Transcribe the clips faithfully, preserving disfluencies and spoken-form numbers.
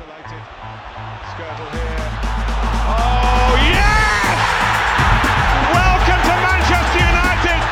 Isolated. Skirtle here. Oh yes! Welcome to Manchester United!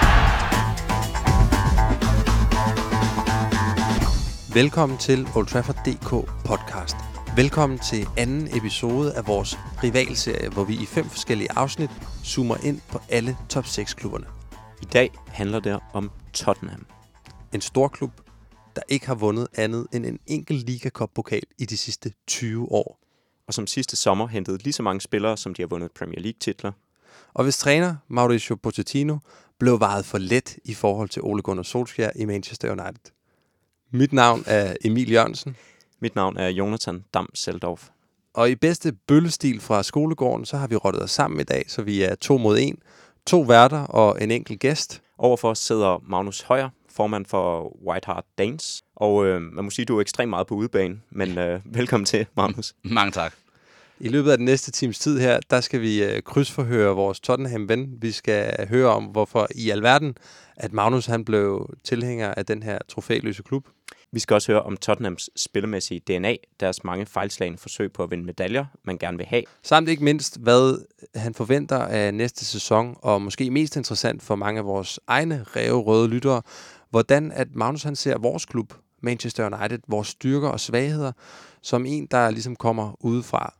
Velkommen til Old Trafford punktum d k podcast. Velkommen til anden episode af vores rivalserie, hvor vi i fem forskellige afsnit zoomer ind på alle top seks klubberne. I dag handler det om Tottenham. En stor klub, der ikke har vundet andet end en enkelt Liga Cup-pokal i de sidste tyve år. Og som sidste sommer hentede lige så mange spillere, som de har vundet Premier League-titler. Og hvis træner Mauricio Pochettino blev vejet for let i forhold til Ole Gunnar Solskjaer i Manchester United. Mit navn er Emil Jørgensen. Mit navn er Jonathan Dam Seldorf. Og i bedste bøllestil fra skolegården, så har vi rottet os sammen i dag, så vi er to mod en. To værter og en enkelt gæst. Overfor sidder Magnus Højer, formand for White Hart Danes. Og øh, man må sige, at du er ekstremt meget på udebane, men øh, velkommen til, Magnus. Mange tak. I løbet af den næste times tid her, der skal vi øh, krydsforhøre vores Tottenham-ven. Vi skal høre om, hvorfor i alverden, at Magnus han blev tilhænger af den her trofæløse klub. Vi skal også høre om Tottenhams spillemæssige D N A, deres mange fejlslagne forsøg på at vinde medaljer, man gerne vil have. Samt ikke mindst, hvad han forventer af næste sæson, og måske mest interessant for mange af vores egne ræve-røde lyttere, hvordan at Magnus han ser vores klub, Manchester United, vores styrker og svagheder, som en, der ligesom kommer udefra.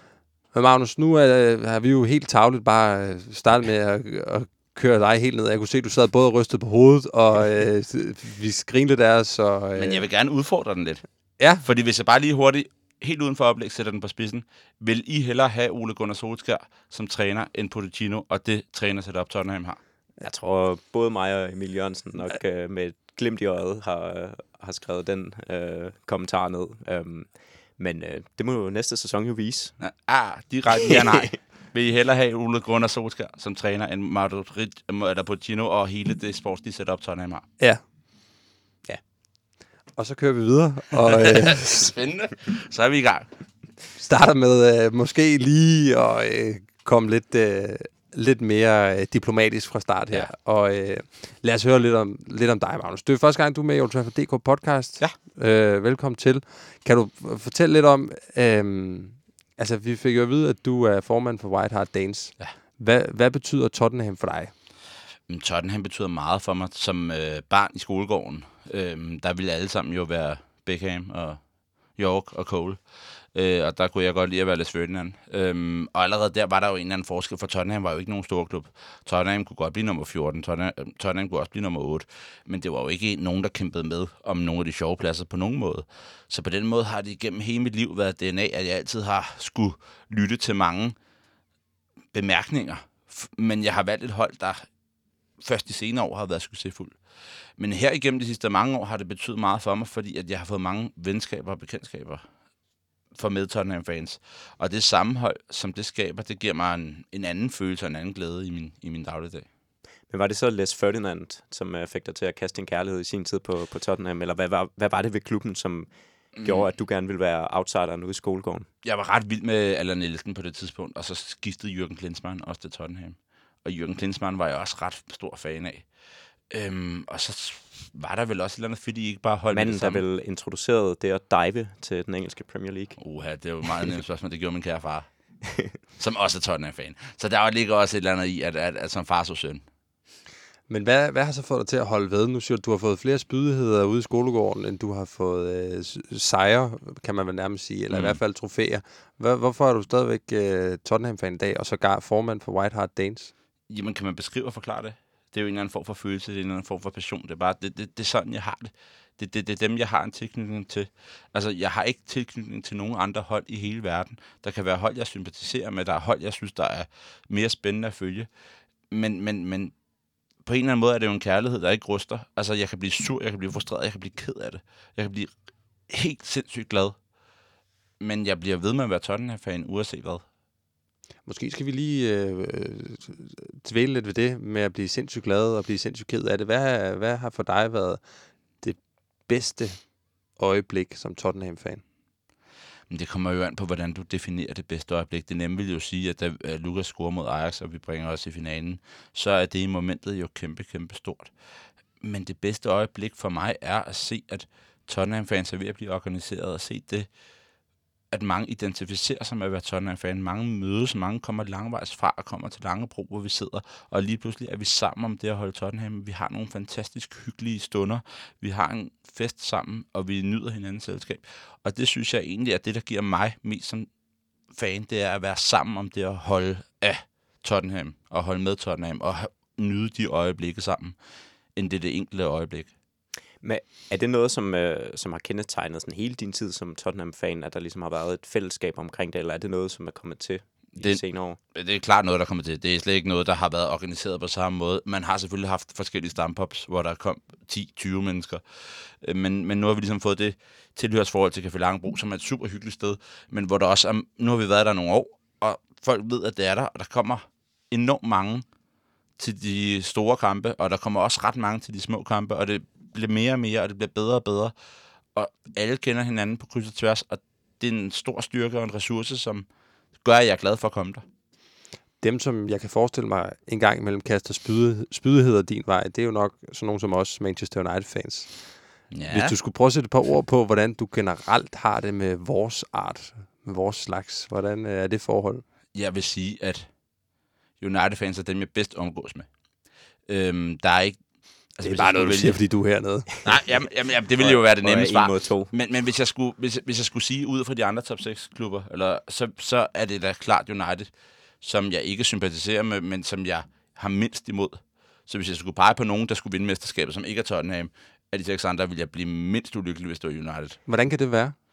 Men Magnus, nu er, har vi jo helt tavligt bare startet med at, at køre dig helt ned. Jeg kunne se, at du sad både og rystede på hovedet, og øh, vi skrinede der. Så, øh... Men jeg vil gerne udfordre den lidt. Ja. Fordi hvis jeg bare lige hurtigt, helt uden for oplæg, sætter den på spidsen, vil I hellere have Ole Gunnar Solskjaer som træner end Pochettino, og det træner setup Tottenham har? Jeg tror, både mig og Emil Jørgensen nok øh, med et glimt i øjet har, har skrevet den øh, kommentar ned. Um, men øh, det må jo næste sæson jo vise. Ja, ah, direkte ja nej. Vil I hellere have Ole Gunnar Solskjaer som træner end Mauricio eller Pochettino og hele det sportslige setup Tottenham har? Ja. Ja. Og så kører vi videre. Og øh, spændende. Så er vi i gang. Starter med øh, måske lige at øh, komme lidt, øh, lidt mere øh, diplomatisk fra start her. Ja. Og øh, lad os høre lidt om, lidt om dig, Magnus. Det er første gang, du er med i Old Trafford punktum d k podcast. Ja. Øh, velkommen til. Kan du fortælle lidt om... Øh, altså, vi fik jo at vide, at du er formand for White Hart Danes. Ja. Hvad, hvad betyder Tottenham for dig? Tottenham betyder meget for mig som øh, barn i skolegården. Øh, der ville alle sammen jo være Beckham og York og Cole. Øh, og der kunne jeg godt lide at være Les Ferdinand. Øh, og allerede der var der jo en eller anden forskel, for Tottenham var jo ikke nogen stor klub. Tottenham kunne godt blive nummer fjorten, Tottenham, Tottenham kunne også blive nummer otte. Men det var jo ikke nogen, der kæmpede med om nogle af de sjove pladser på nogen måde. Så på den måde har det igennem hele mit liv været D N A, at jeg altid har skulle lytte til mange bemærkninger. Men jeg har valgt et hold, der først de senere år har været succesfuld. Men her igennem de sidste mange år har det betydet meget for mig, fordi at jeg har fået mange venskaber og bekendtskaber for med Tottenham-fans. Og det sammenhold, som det skaber, det giver mig en, en anden følelse og en anden glæde i min, i min dagligdag. Men var det så Les Ferdinand, som uh, fik dig til at kaste en kærlighed i sin tid på, på Tottenham? Eller hvad var, hvad var det ved klubben, som mm. gjorde, at du gerne ville være outsideren ude i skolegården? Jeg var ret vild med Allan Nielsen på det tidspunkt, og så skiftede Jürgen Klinsmann også til Tottenham. Og Jürgen Klinsmann var jeg også ret stor fan af. Øhm, og så var der vel også et eller andet, fordi I ikke bare holdt manden, det sammen. Manden, der vel introducerede det at dive til den engelske Premier League. Uha, det er jo meget nemt spørgsmål. Det gjorde min kære far, som også er Tottenham-fan. Så der ligger også et eller andet i, at, at, at som far så søn. Men hvad, hvad har så fået dig til at holde ved? Nu siger du, at du har fået flere spydigheder ude i skolegården, end du har fået øh, sejre, kan man vel nærmest sige, eller mm. i hvert fald trofæer. Hvor, hvorfor er du stadigvæk øh, Tottenham-fan i dag, og sågar formand for White Hart Danes? Jamen, kan man beskrive og forklare det? Det er jo en eller anden form for følelse, det er en eller anden form for passion. Det er bare, det, det, det er sådan, jeg har det. Det, det. det er dem, jeg har en tilknytning til. Altså, jeg har ikke tilknytning til nogen andre hold i hele verden. Der kan være hold, jeg sympatiserer med. Der er hold, jeg synes, der er mere spændende at følge. Men, men, men på en eller anden måde er det jo en kærlighed, der ikke ruster. Altså, jeg kan blive sur, jeg kan blive frustreret, jeg kan blive ked af det. Jeg kan blive helt sindssygt glad. Men jeg bliver ved med at være Tottenham-fan, uanset hvad. Måske skal vi lige øh, dvæle lidt ved det med at blive sindssygt glad og blive sindssygt ked af det. Hvad, hvad har for dig været det bedste øjeblik som Tottenham-fan? Men det kommer jo an på, hvordan du definerer det bedste øjeblik. Det nemme vil jo sige, at da Lucas scorer mod Ajax, og vi bringer os i finalen, så er det i momentet jo kæmpe, kæmpe stort. Men det bedste øjeblik for mig er at se, at Tottenham-fans er ved at blive organiseret, og se det at mange identificerer sig med at være Tottenham-fan. Mange mødes, mange kommer langvejs fra og kommer til Langebro, hvor vi sidder, og lige pludselig er vi sammen om det at holde Tottenham. Vi har nogle fantastisk hyggelige stunder. Vi har en fest sammen, og vi nyder hinandens selskab. Og det synes jeg egentlig er det, der giver mig mest som fan, det er at være sammen om det at holde af Tottenham, og holde med Tottenham, og nyde de øjeblikke sammen, end det er det enkelte øjeblik. Men er det noget, som, øh, som har kendetegnet sådan hele din tid som Tottenham-fan, at der ligesom har været et fællesskab omkring det, eller er det noget, som er kommet til i det, de senere år? Det er klart noget, der kommer til. Det er slet ikke noget, der har været organiseret på samme måde. Man har selvfølgelig haft forskellige stampops, hvor der kom ti til tyve mennesker. Men, men nu har vi ligesom fået det tilhørsforhold til Café Langebro, som er et super hyggeligt sted, men hvor der også er, nu har vi været der nogle år, og folk ved, at det er der, og der kommer enormt mange til de store kampe, og der kommer også ret mange til de små kampe, og det bliver mere og mere, og det bliver bedre og bedre, og alle kender hinanden på kryds og tværs, og det er en stor styrke og en ressource, som gør, at jeg er glad for at komme der. Dem, som jeg kan forestille mig en gang imellem kaster spyde, spydigheder din vej, det er jo nok sådan nogen som os Manchester United-fans. Ja. Hvis du skulle prøve at sætte et par ord på, hvordan du generelt har det med vores art, med vores slags, hvordan er det forhold? Jeg vil sige, at United-fans er dem, jeg bedst omgås med. Øhm, der er ikke... Altså, det er bare noget, du siger, fordi du er hernede. Nej, jamen, jamen, jamen, det ville jo være det nemme svar. En men, men hvis jeg skulle, hvis, hvis jeg skulle sige ud fra de andre top seks klubber, eller, så, så er det da klart United, som jeg ikke sympatiserer med, men som jeg har mindst imod. Så hvis jeg skulle pege på nogen, der skulle vinde mesterskabet, som ikke er Tottenham, af de seks andre, ville jeg blive mindst ulykkelig, hvis det var United. Hvordan kan det være?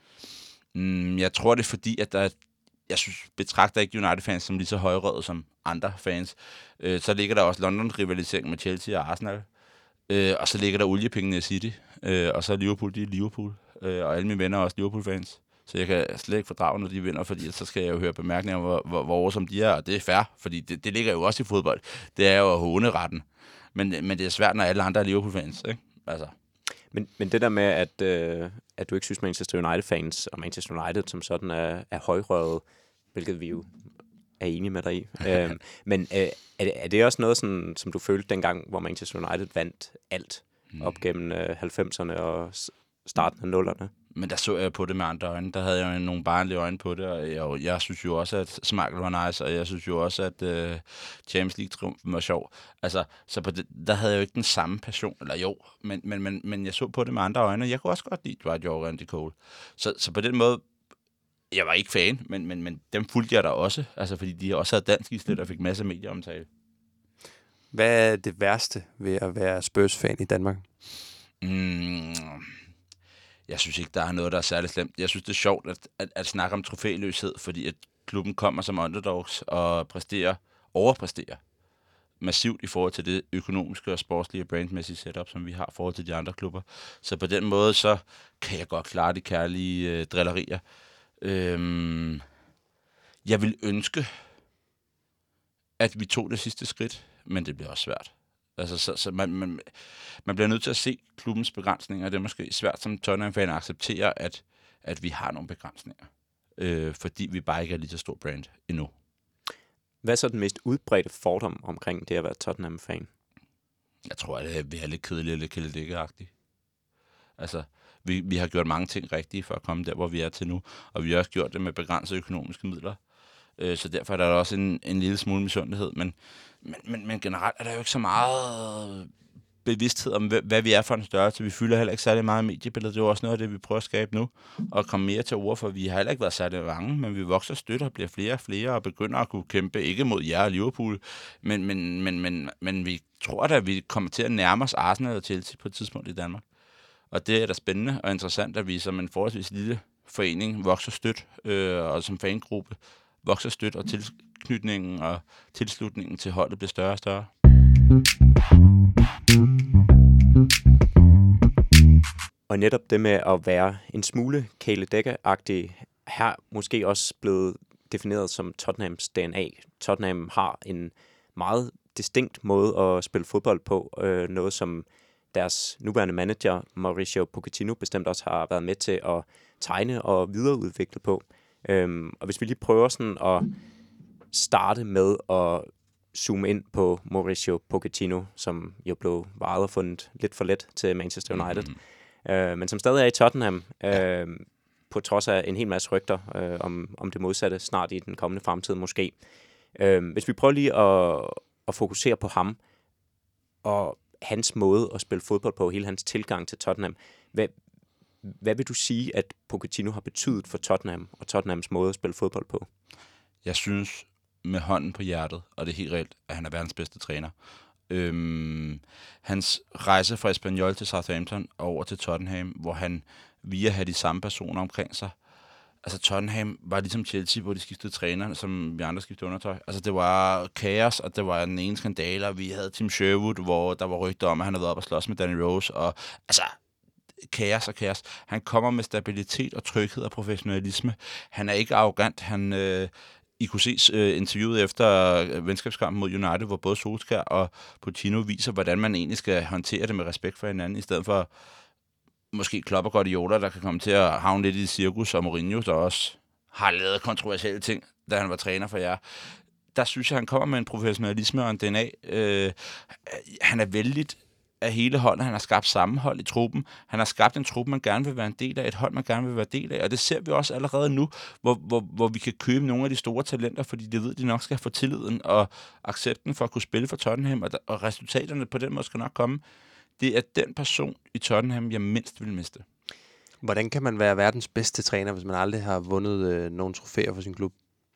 Mm, jeg tror, det er fordi, at der jeg synes, betragter ikke United-fans som lige så højrøde som andre fans. Øh, så ligger der også London-rivalisering med Chelsea og Arsenal. Øh, og så ligger der oliepengene i City. Øh, og så er Liverpool, de er Liverpool. Øh, og alle mine venner er også Liverpool-fans. Så jeg kan slet ikke fordrage, når de vinder, fordi så skal jeg jo høre bemærkninger om, hvor, hvor, hvor som de er. Og det er fair, fordi det, det ligger jo også i fodbold. Det er jo håneretten. Men, men det er svært, når alle andre er Liverpool-fans, ikke? Altså. Men, men det der med, at, øh, at du ikke synes, Manchester United-fans og Manchester United som sådan er, er højrøget, hvilket vi jo er enige med dig i. øhm, men øh, er, det, er det også noget, sådan, som du følte dengang, hvor Manchester United vandt alt mm. op gennem øh, halvfemserne og starten af nullerne? Men der så jeg på det med andre øjne. Der havde jeg jo nogle barnlige øjne på det, og jeg, jeg synes jo også, at Schmeichel var nice, og jeg synes jo også, at uh, Champions League-triumfen var sjov. Altså, så på det, der havde jeg jo ikke den samme passion, eller jo, men, men, men, men jeg så på det med andre øjne. Jeg kunne også godt lide Dwight Yorke og Andy Cole. Så, så på den måde, jeg var ikke fan, men, men, men dem fulgte jeg da også, altså fordi de også havde dansk islet og fik masser af medieomtale. Hvad er det værste ved at være Spurs-fan i Danmark? Mm, jeg synes ikke, der er noget, der er særligt slemt. Jeg synes, det er sjovt at, at, at snakke om trofæløshed, fordi at klubben kommer som underdogs og præsterer, overpræsterer massivt i forhold til det økonomiske og sportslige og brandmæssige setup, som vi har i forhold til de andre klubber. Så på den måde, så kan jeg godt klare de kærlige øh, drillerier. Øhm, jeg vil ønske, at vi tog det sidste skridt, men det bliver også svært. Altså, så, så man, man, man bliver nødt til at se klubbens begrænsninger. Det er måske svært som Tottenham-fan at acceptere, at, at vi har nogle begrænsninger, øh, fordi vi bare ikke er lige så stor brand endnu. Hvad er så den mest udbredte fordom omkring det at være Tottenham-fan? Jeg tror, at vi er lidt kedelige og lidt kæledækkeagtige. Altså, vi, vi har gjort mange ting rigtige for at komme der, hvor vi er til nu, og vi har også gjort det med begrænsede økonomiske midler. Øh, så derfor er der også en, en lille smule misundelighed, men, men, men, men generelt er der jo ikke så meget bevidsthed om, hvad vi er for en størrelse. Vi fylder heller ikke særlig meget i mediebilledet. Det er jo også noget af det, vi prøver at skabe nu, og komme mere til ord, for vi har heller ikke været særlig mange, men vi vokser støtter og bliver flere og flere, og begynder at kunne kæmpe, ikke mod jer og Liverpool, men, men, men, men, men vi tror da, at vi kommer til at nærme os Arsenal og Chelsea på et tidspunkt i Danmark. Og det er da spændende og interessant, at vi som en forholdsvis lille forening vokser støt, øh, og som fangruppe vokser støt, og tilknytningen og tilslutningen til holdet bliver større og større. Og netop det med at være en smule kæledække-agtig, her måske også blevet defineret som Tottenhams D N A. Tottenham har en meget distinkt måde at spille fodbold på, øh, noget som deres nuværende manager, Mauricio Pochettino, bestemt også har været med til at tegne og videreudvikle på. Øhm, og hvis vi lige prøver sådan at starte med at zoome ind på Mauricio Pochettino, som jo blev varet og fundet lidt for let til Manchester United, mm-hmm. øh, men som stadig er i Tottenham. Øh, på trods af en hel masse rygter øh, om, om det modsatte snart i den kommende fremtid måske. Øh, hvis vi prøver lige at, at fokusere på ham, og hans måde at spille fodbold på, hele hans tilgang til Tottenham, hvad, hvad vil du sige, at Pochettino har betydet for Tottenham, og Tottenhams måde at spille fodbold på? Jeg synes med hånden på hjertet, og det er helt reelt, at han er verdens bedste træner. Øhm, hans rejse fra Espanyol til Southampton og over til Tottenham, hvor han via at have de samme personer omkring sig. Altså Tottenham var ligesom Chelsea, hvor de skiftede træner, som vi andre skiftede undertøj. Altså det var kaos, og det var den ene skandale, og vi havde Tim Sherwood, hvor der var rygter om, at han havde været op og slås med Danny Rose, og altså kaos og kaos. Han kommer med stabilitet og tryghed og professionalisme. Han er ikke arrogant, han... Øh, I kunne se uh, interviewet efter venskabskampen mod United, hvor både Solskjaer og Pochettino viser, hvordan man egentlig skal håndtere det med respekt for hinanden, i stedet for måske Klopp og Guardiola, der kan komme til at havne lidt i cirkus, og Mourinho, der også har lavet kontroversielle ting, da han var træner for jer. Der synes jeg, han kommer med en professionalisme og en D N A. Uh, han er vældigt af hele holdet. Han har skabt sammenhold i truppen. Han har skabt en truppe, man gerne vil være en del af, et hold, man gerne vil være del af, og det ser vi også allerede nu, hvor, hvor, hvor vi kan købe nogle af de store talenter, fordi de ved, de nok skal få tilliden og accepten for at kunne spille for Tottenham, og, der, og resultaterne på den måde skal nok komme. Det er den person i Tottenham, jeg mindst vil miste. Hvordan kan man være verdens bedste træner, hvis man aldrig har vundet øh, nogle trofæer for sin klub?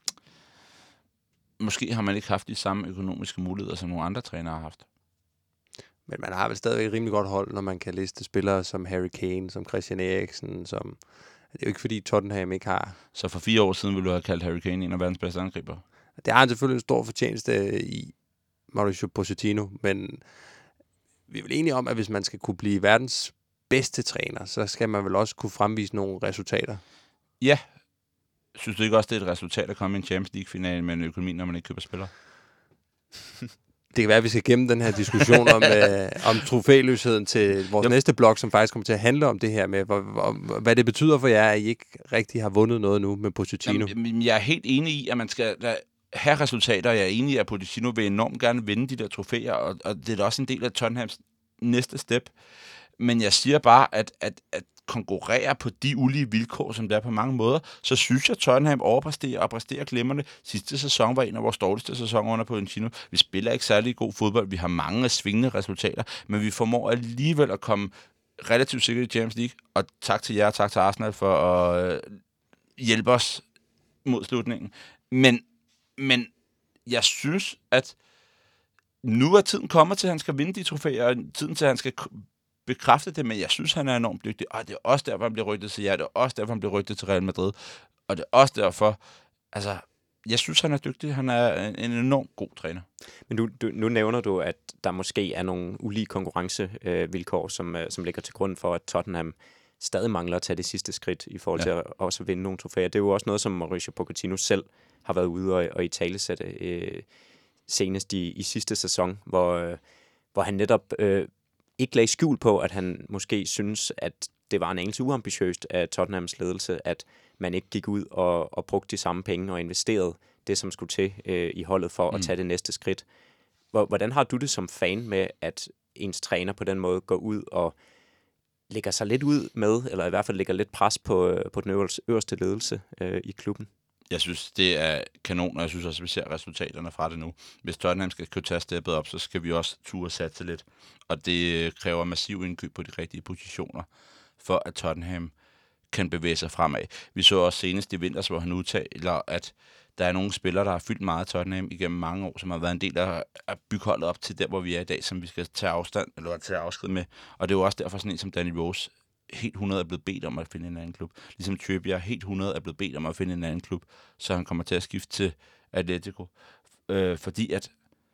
Måske har man ikke haft de samme økonomiske muligheder, som nogle andre trænere har haft. Men man har vel stadigvæk et rimelig godt hold, når man kan liste spillere som Harry Kane, som Christian Eriksen, som... Det er jo ikke fordi Tottenham ikke har... Så for fire år siden ville du have kaldt Harry Kane en af verdens bedste angriber? Det har han selvfølgelig en stor fortjeneste i Mauricio Pochettino, men vi er vel enige om, at hvis man skal kunne blive verdens bedste træner, så skal man vel også kunne fremvise nogle resultater. Ja. Synes du ikke også, det er et resultat at komme i en Champions League-finale med en økonomi, når man ikke køber spillere? Det kan være, at vi skal gemme den her diskussion om, øh, om trofæløsheden til vores yep. næste blog, som faktisk kommer til at handle om det her med, hvor, hvor, hvad det betyder for jer, at I ikke rigtig har vundet noget nu med Pochettino. Jamen, jeg er helt enig i, at man skal have resultater. Jeg er enig i, at Pochettino vil enormt gerne vinde de der trofæer, og, og det er da også en del af Tottenhams næste step. Men jeg siger bare, at, at, at konkurrere på de ulige vilkår, som der er på mange måder, så synes jeg, at Tottenham overpræsterer og præsterer glimrende. Sidste sæson var en af vores dårligste sæsoner under Pochettino. Vi spiller ikke særlig god fodbold. Vi har mange svingende resultater, men vi formår alligevel at komme relativt sikkert i Champions League. Og tak til jer, og tak til Arsenal for at hjælpe os mod slutningen. Men, men jeg synes, at nu er tiden kommet til, at han skal vinde de trofæer, og tiden til, at han skal bekræfte det, men jeg synes, han er enormt dygtig, og det er også derfor, han bliver rygtet til jer, det er også derfor, han bliver rygtet til Real Madrid, og det er også derfor, altså, jeg synes, han er dygtig, han er en, en enormt god træner. Men du, du, nu nævner du, at der måske er nogle ulige konkurrencevilkår, øh, som, øh, som ligger til grund for, at Tottenham stadig mangler at tage det sidste skridt i forhold ja. til at også vinde nogle trofæer. Det er jo også noget, som Mauricio Pochettino selv har været ude og, og i talesætte øh, senest i, i sidste sæson, hvor, øh, hvor han netop øh, ikke lagde skjul på, at han måske synes, at det var en anelse uambitiøst af Tottenhams ledelse, at man ikke gik ud og, og brugte de samme penge og investerede det, som skulle til øh, i holdet for mm. at tage det næste skridt. Hvordan har du det som fan med, at ens træner på den måde går ud og lægger sig lidt ud med, eller i hvert fald lægger lidt pres på, på den øverste, øverste ledelse øh, i klubben? Jeg synes, det er kanon, og jeg synes også, at vi ser resultaterne fra det nu. Hvis Tottenham skal kunne tage steppet op, så skal vi også turde satse lidt. Og det kræver massiv indkøb på de rigtige positioner, for at Tottenham kan bevæge sig fremad. Vi så også senest i vinters, hvor han udtaler, at der er nogle spillere, der har fyldt meget Tottenham igennem mange år, som har været en del af at bygge holdet op til der, hvor vi er i dag, som vi skal tage afstand eller tage afsked med. Og det er jo også derfor sådan en som Danny Rose helt hundrede er blevet bedt om at finde en anden klub. Ligesom Trippier helt hundrede er blevet bedt om at finde en anden klub, så han kommer til at skifte til Atletico. Øh, fordi at,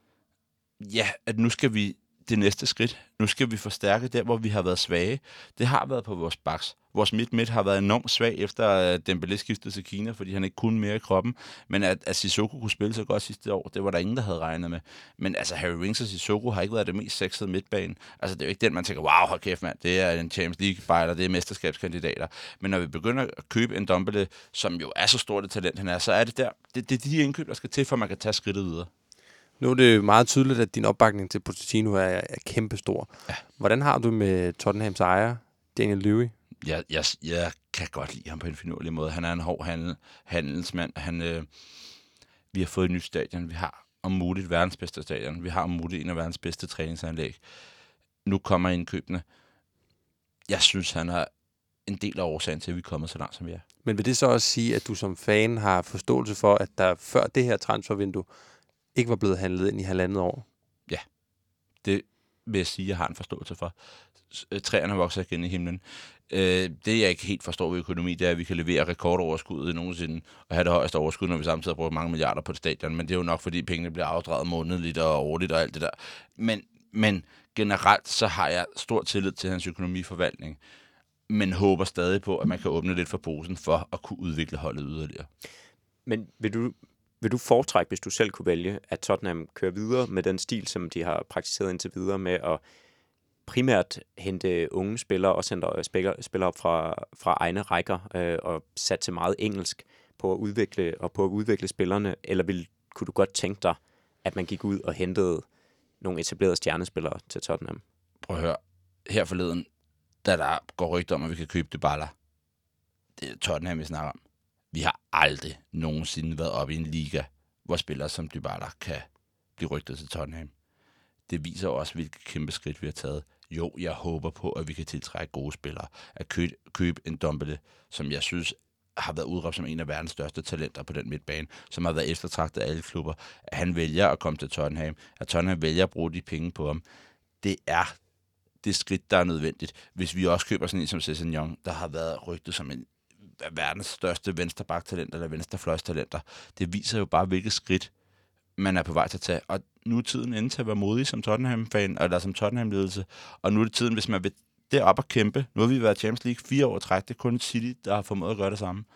ja, at nu skal vi det næste skridt. Nu skal vi forstærke der, hvor vi har været svage. Det har været på vores backs. Vores midt-midt har været enormt svag efter at Dembélé skiftede til Kina, fordi han ikke kunne mere i kroppen. Men at, at Sissoko kunne spille så godt sidste år, det var der ingen, der havde regnet med. Men altså, Harry Winks og Sissoko har ikke været det mest sexede midtbane. Altså, det er jo ikke den, man tænker, wow, hold kæft, mand, det er en Champions League-bejler, det er mesterskabskandidater. Men når vi begynder at købe en Dembélé, som jo er så stort et talent, han er, så er det der, det, det er de indkøb, der skal til, for man kan tage skridtet videre. Nu er det meget tydeligt, at din opbakning til Pochettino er, er kæmpestor. Ja. Hvordan har du med Tottenhams ejer, Daniel Levy? Jeg, jeg, jeg kan godt lide ham på en finurlig måde. Han er en hård handel, handelsmand. Han, øh, vi har fået et nyt stadion. Vi har om muligt verdens bedste stadion. Vi har om muligt en af verdens bedste træningsanlæg. Nu kommer indkøbene. Jeg synes, han har en del af årsagen til, at vi er kommet så langt, som vi er. Men vil det så også sige, at du som fan har forståelse for, at der før det her transfervindue ikke var blevet handlet ind i halvandet år? Ja, det vil jeg sige, at jeg har en forståelse for. Træerne vokser igen i himlen. Øh, det, jeg ikke helt forstår ved økonomi, det er, at vi kan levere rekordoverskuddet nogensinde, og have det højeste overskud, når vi samtidig har brugt mange milliarder på det stadion. Men det er jo nok, fordi pengene bliver afdraget månedligt og årligt og alt det der. Men, men generelt, så har jeg stor tillid til hans økonomiforvaltning, men håber stadig på, at man kan åbne lidt for posen for at kunne udvikle holdet yderligere. Men vil du, vil du foretrække, hvis du selv kunne vælge, at Tottenham kører videre med den stil, som de har praktiseret indtil videre med at primært hente unge spillere og sende spillere, spillere op fra, fra egne rækker øh, og sat til meget engelsk på at udvikle og på at udvikle spillerne, eller vil, kunne du godt tænke dig, at man gik ud og hentede nogle etablerede stjernespillere til Tottenham? Prøv at høre. Her forleden, da der går rygter om, at vi kan købe Dybala, det er Tottenham, vi snakker om. Vi har aldrig nogensinde været oppe i en liga, hvor spillere som Dybala kan blive rygtet til Tottenham. Det viser også, hvilke kæmpe skridt vi har taget. Jo, jeg håber på, at vi kan tiltrække gode spillere. At købe, købe en Ndombele, som jeg synes har været udråbt som en af verdens største talenter på den midtbane, som har været eftertragtet af alle klubber. At han vælger at komme til Tottenham, at Tottenham vælger at bruge de penge på ham, det er det skridt, der er nødvendigt. Hvis vi også køber sådan en som Sessegnon, der har været rygtet som en af verdens største venstreback-talenter eller venstrefløjstalenter, det viser jo bare, hvilket skridt man er på vej til at tage. Og nu er tiden inde til at være modig som Tottenham-fan, eller som Tottenham-ledelse. Og nu er det tiden, hvis man vil derop og kæmpe. Nu har vi været Champions League fire år træk. Det er kun City, der har formået at gøre det samme.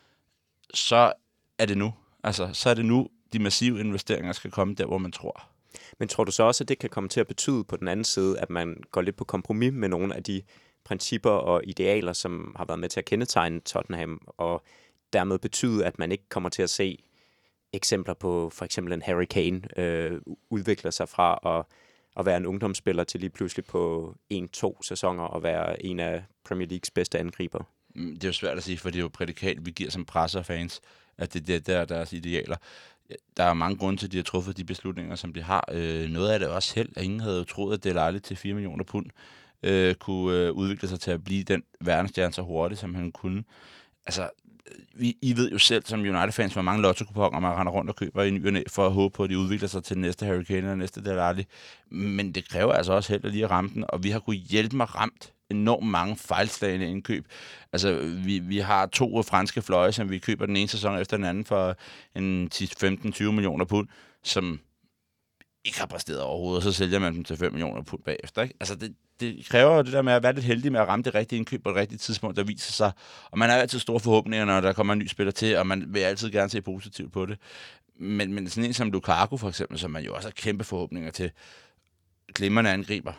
Så er det nu. Altså, så er det nu, de massive investeringer skal komme der, hvor man tror. Men tror du så også, at det kan komme til at betyde på den anden side, at man går lidt på kompromis med nogle af de principper og idealer, som har været med til at kendetegne Tottenham, og dermed betyde, at man ikke kommer til at se eksempler på for eksempel en Harry Kane øh, udvikler sig fra at, at være en ungdomsspiller til lige pludselig på en-to sæsoner og være en af Premier Leagues bedste angriber? Det er jo svært at sige, for det er jo prædikat, vi giver som presserfans, at det er der, deres idealer. Der er mange grunde til, at de har truffet de beslutninger, som de har. Øh, noget af det også held, at ingen havde jo troet, at det lejligt til fire millioner pund øh, kunne øh, udvikle sig til at blive den verdensstjerne så hurtigt, som han kunne. Altså, vi, I ved jo selv som United-fans, hvor mange lotto-kuponer man render rundt og køber i ny og næ, for at håbe på, at de udvikler sig til den næste Harry Kane eller næste Delali. Men det kræver altså også held at lige at ramme den, og vi har kunnet hjælpe mig ramt enormt mange fejlslagende indkøb. Altså, vi, vi har to franske fløje, som vi køber den ene sæson efter den anden for en ti femten tyve millioner pund, som ikke har præsteret overhovedet, og så sælger man dem til fem millioner pund bagefter. Ikke? Altså, det, det kræver jo det der med at være lidt heldig med at ramme det rigtige indkøb på det rigtige tidspunkt, der viser sig. Og man har altid store forhåbninger, når der kommer en ny spiller til, og man vil altid gerne se positivt på det. Men, men sådan en som Lukaku for eksempel, som man jo også har kæmpe forhåbninger til, glimrende angriber.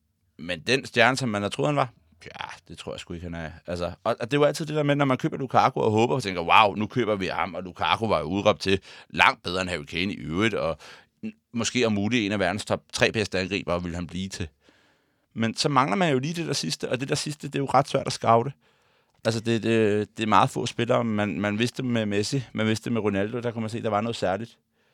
Men den stjerne, som man har troet, han var, ja, det tror jeg sgu ikke, han er. Altså, og, og det er jo altid det der med, når man køber Lukaku og håber og tænker, wow, nu køber vi ham, og Lukaku var jo udråbt til langt bedre end Harry Kane i øvrigt, og måske om muligt en af verdens top tre bedste angriber vil han blive til. Men så mangler man jo lige det der sidste, og det der sidste, det er jo ret svært at scoute. Altså, det, det, det er meget få spillere. Man, man vidste med Messi, man vidste med Ronaldo, der kunne man se, der var noget særligt.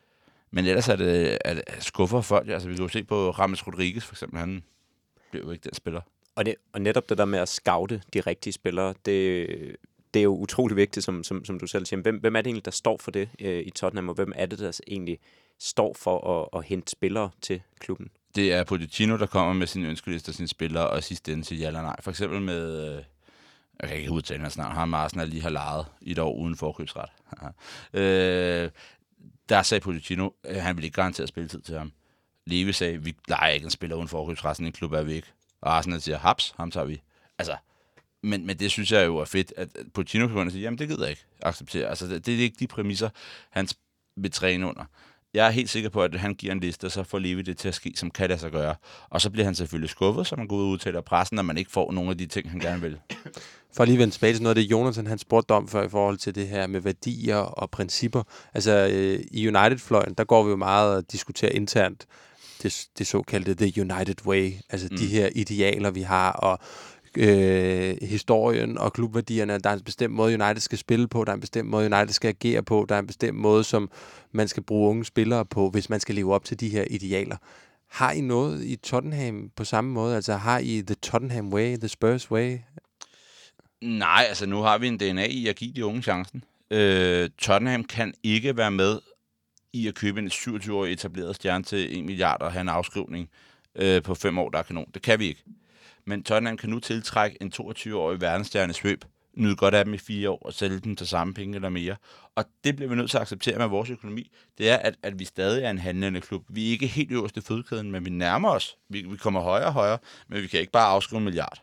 Men ellers er det, er det skuffer folk. Altså, vi kan jo se på James Rodriguez, for eksempel, han blev jo ikke den spiller. Og, det, og netop det der med at scoute de rigtige spillere, det, det er jo utrolig vigtigt, som, som, som du selv siger. Hvem, hvem er det egentlig, der står for det øh, i Tottenham, og hvem er det, der egentlig står for at, at hente spillere til klubben? Det er Pochettino, der kommer med sin ønskeliste og sine spillere, og sidst ende til ja eller nej. For eksempel med, øh, jeg kan ikke udtale hans navn, han Arsenal lige har lejet i et år uden forkøbsret. øh, der sagde Pochettino, at han ville ikke garantere spilletid til ham. Leve sagde, vi leger ikke en spiller uden forkøbsret, sådan en klub er vi ikke. Og Arsenal siger, haps, ham tager vi. Altså, men, men det synes jeg jo er fedt, at Pochettino kan sige, jamen det gider jeg ikke acceptere. Altså, det, det er ikke de præmisser, han vil træne under. Jeg er helt sikker på, at han giver en liste, og så får Levy det til at ske, som kan det sig gøre. Og så bliver han selvfølgelig skuffet, så man går ud og udtaler pressen, når man ikke får nogle af de ting, han gerne vil. For at lige vende tilbage til noget af det, Jonathan han spurgte om før i forhold til det her med værdier og principper. Altså øh, i United-fløjen, der går vi jo meget og diskuterer internt det, det såkaldte The United Way. Altså mm. de her idealer, vi har, og øh, historien og klubværdierne. Der er en bestemt måde, United skal spille på. Der er en bestemt måde, United skal agere på. Der er en bestemt måde, som man skal bruge unge spillere på, hvis man skal leve op til de her idealer. Har I noget i Tottenham på samme måde? Altså har I the Tottenham way, the Spurs way? Nej, altså nu har vi en D N A i at give de unge chancen. Øh, Tottenham kan ikke være med i at købe en syvogtyve-årig etableret stjerne til en milliard og have en afskrivning øh, på fem år, der er kanon. Det kan vi ikke. Men Tottenham kan nu tiltrække en toogtyve-årig verdensstjerne svøb, nyde godt af dem i fire år og sælge dem til samme penge eller mere. Og det bliver vi nødt til at acceptere med vores økonomi. Det er, at, at vi stadig er en handlende klub. Vi er ikke helt øverst i fødekæden, men vi nærmer os. Vi, vi kommer højere og højere, men vi kan ikke bare afskrive en milliard.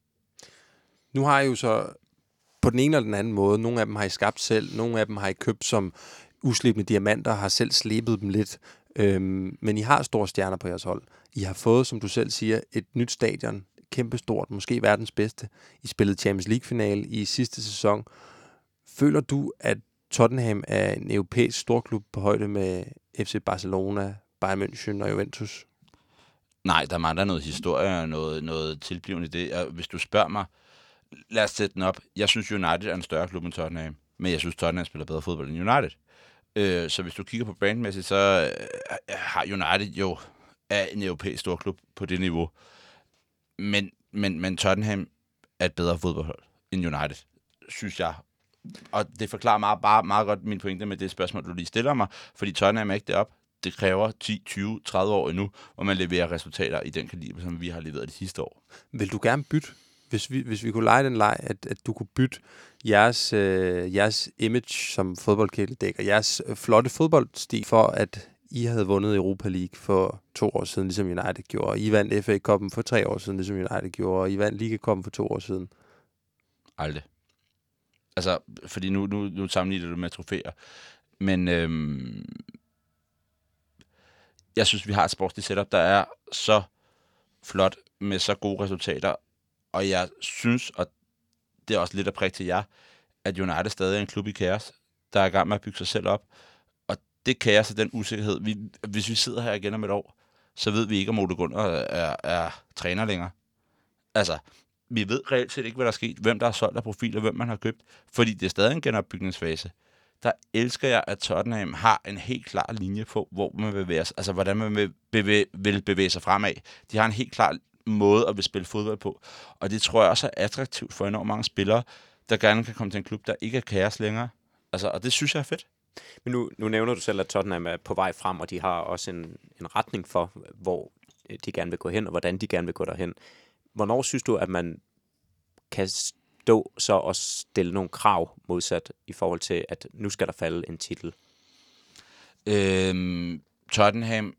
Nu har I jo så på den ene eller den anden måde, nogle af dem har I skabt selv, nogle af dem har I købt som uslebne diamanter, har selv slebet dem lidt. Øhm, men I har store stjerner på jeres hold. I har fået, som du selv siger, et nyt stadion, kæmpestort, måske verdens bedste. I spillede Champions League-finale i sidste sæson. Føler du, at Tottenham er en europæisk storklub på højde med F C Barcelona, Bayern München og Juventus? Nej, der mangler noget historie og noget, noget tilblivende i det. Og hvis du spørger mig, lad os sætte den op. Jeg synes, United er en større klub end Tottenham, men jeg synes, Tottenham spiller bedre fodbold end United. Øh, så hvis du kigger på brandmæssigt, så øh, har United jo er en europæisk storklub på det niveau. Men, men, men Tottenham er et bedre fodboldhold end United, synes jeg. Og det forklarer meget, bare meget godt min pointe med det spørgsmål, du lige stiller mig, fordi Tottenham er ikke deroppe. Det kræver ti, tyve, tredive år endnu, hvor man leverer resultater i den kaliber, som vi har leveret de sidste år. Vil du gerne bytte? Hvis vi, hvis vi kunne lege den leg, at, at du kunne bytte jeres, øh, jeres image som fodboldkæledæk og jeres øh, flotte fodboldstil for, at I havde vundet Europa League for to år siden, ligesom United gjorde, og I vandt F A-koppen for tre år siden, ligesom United gjorde, og I vandt Liga-koppen for to år siden. Aldrig. Altså, fordi nu, nu, nu sammenligner du med trofæer. Men øhm, jeg synes, vi har et sportsligt setup, der er så flot med så gode resultater. Og jeg synes, og det er også lidt at prikke til jer, at United stadig er en klub i kaos, der er i gang med at bygge sig selv op. Og det kaos og den usikkerhed, vi, hvis vi sidder her igen om et år, så ved vi ikke, om Ole Gunnar er, er, er træner længere. Altså, vi ved reelt set ikke, hvad der er sket, hvem der har solgt af profiler, hvem man har købt, fordi det er stadig en genopbygningsfase. Der elsker jeg, at Tottenham har en helt klar linje på, hvor man bevæger sig, altså hvordan man vil bevæge, vil bevæge sig fremad. De har en helt klar måde at vil spille fodbold på, og det tror jeg også er attraktivt for enormt mange spillere, der gerne kan komme til en klub, der ikke er kaos længere. Altså, og det synes jeg er fedt. Men nu, nu nævner du selv, at Tottenham er på vej frem, og de har også en, en retning for, hvor de gerne vil gå hen, og hvordan de gerne vil gå derhen. Hvornår synes du, at man kan stå så og stille nogle krav modsat i forhold til, at nu skal der falde en titel? Øhm, Tottenham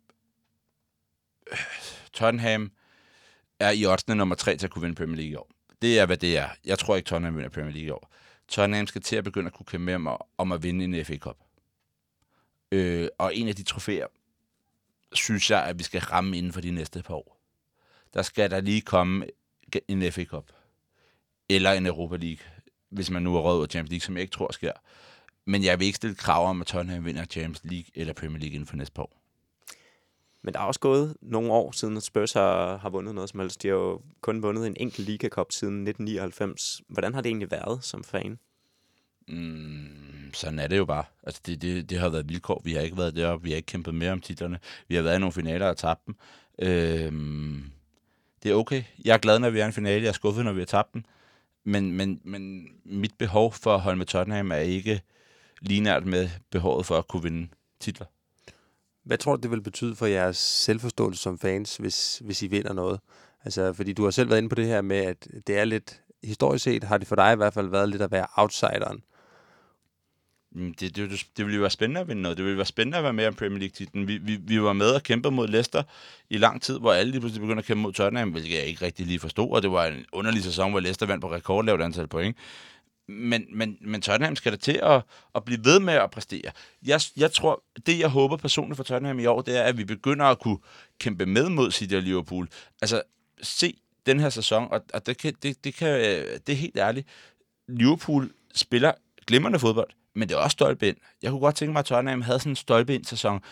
Tottenham er i oddsene nummer tre til at kunne vinde Premier League i år. Det er, hvad det er. Jeg tror ikke, Tottenham vinder Premier League i år. Tottenham skal til at begynde at kunne kæmpe med om, om at vinde en F A-cup. Øh, og en af de trofæer, synes jeg, at vi skal ramme inden for de næste par år. Der skal der lige komme en F A-cup. Eller en Europa League, hvis man nu er råd over Champions League, som jeg ikke tror sker. Men jeg vil ikke stille krav om, at Tottenham vinder Champions League eller Premier League inden for næste par år. Men der er også gået nogle år siden, at Spurs har, har vundet noget som helst. De har jo kun vundet en enkelt Liga Cup siden nitten nioghalvfems. Hvordan har det egentlig været som fan? Mm, sådan er det jo bare. Altså det, det, det har været vilkår. Vi har ikke været deroppe. Vi har ikke kæmpet mere om titlerne. Vi har været i nogle finaler og tabt dem. Øhm, det er okay. Jeg er glad, når vi er i en finale. Jeg er skuffet, når vi har tabt den. Men, men, men mit behov for at holde med Tottenham er ikke lineært med behovet for at kunne vinde titler. Hvad tror du, det vil betyde for jeres selvforståelse som fans, hvis, hvis I vinder noget? Altså, fordi du har selv været inde på det her med, at det er lidt, historisk set har det for dig i hvert fald været lidt at være outsideren. Det, det, det, det ville jo være spændende at vinde noget. Det ville være spændende at være med om Premier League-titlen. Vi, vi, vi var med og kæmpe mod Leicester i lang tid, hvor alle lige pludselig begyndte at kæmpe mod Tottenham, hvilket jeg ikke rigtig lige forstod, og det var en underlig sæson, hvor Leicester vandt på rekordlavt antal point. Men, men, men Tottenham skal da til at, at blive ved med at præstere. Jeg, jeg tror, det jeg håber personligt for Tottenham i år, det er, at vi begynder at kunne kæmpe med mod City og Liverpool. Altså, se den her sæson, og, og det, kan, det, det, kan, det er helt ærligt. Liverpool spiller glimrende fodbold, men det er også stolpe ind. Jeg kunne godt tænke mig, at Tottenham havde sådan en stolpe ind sæson.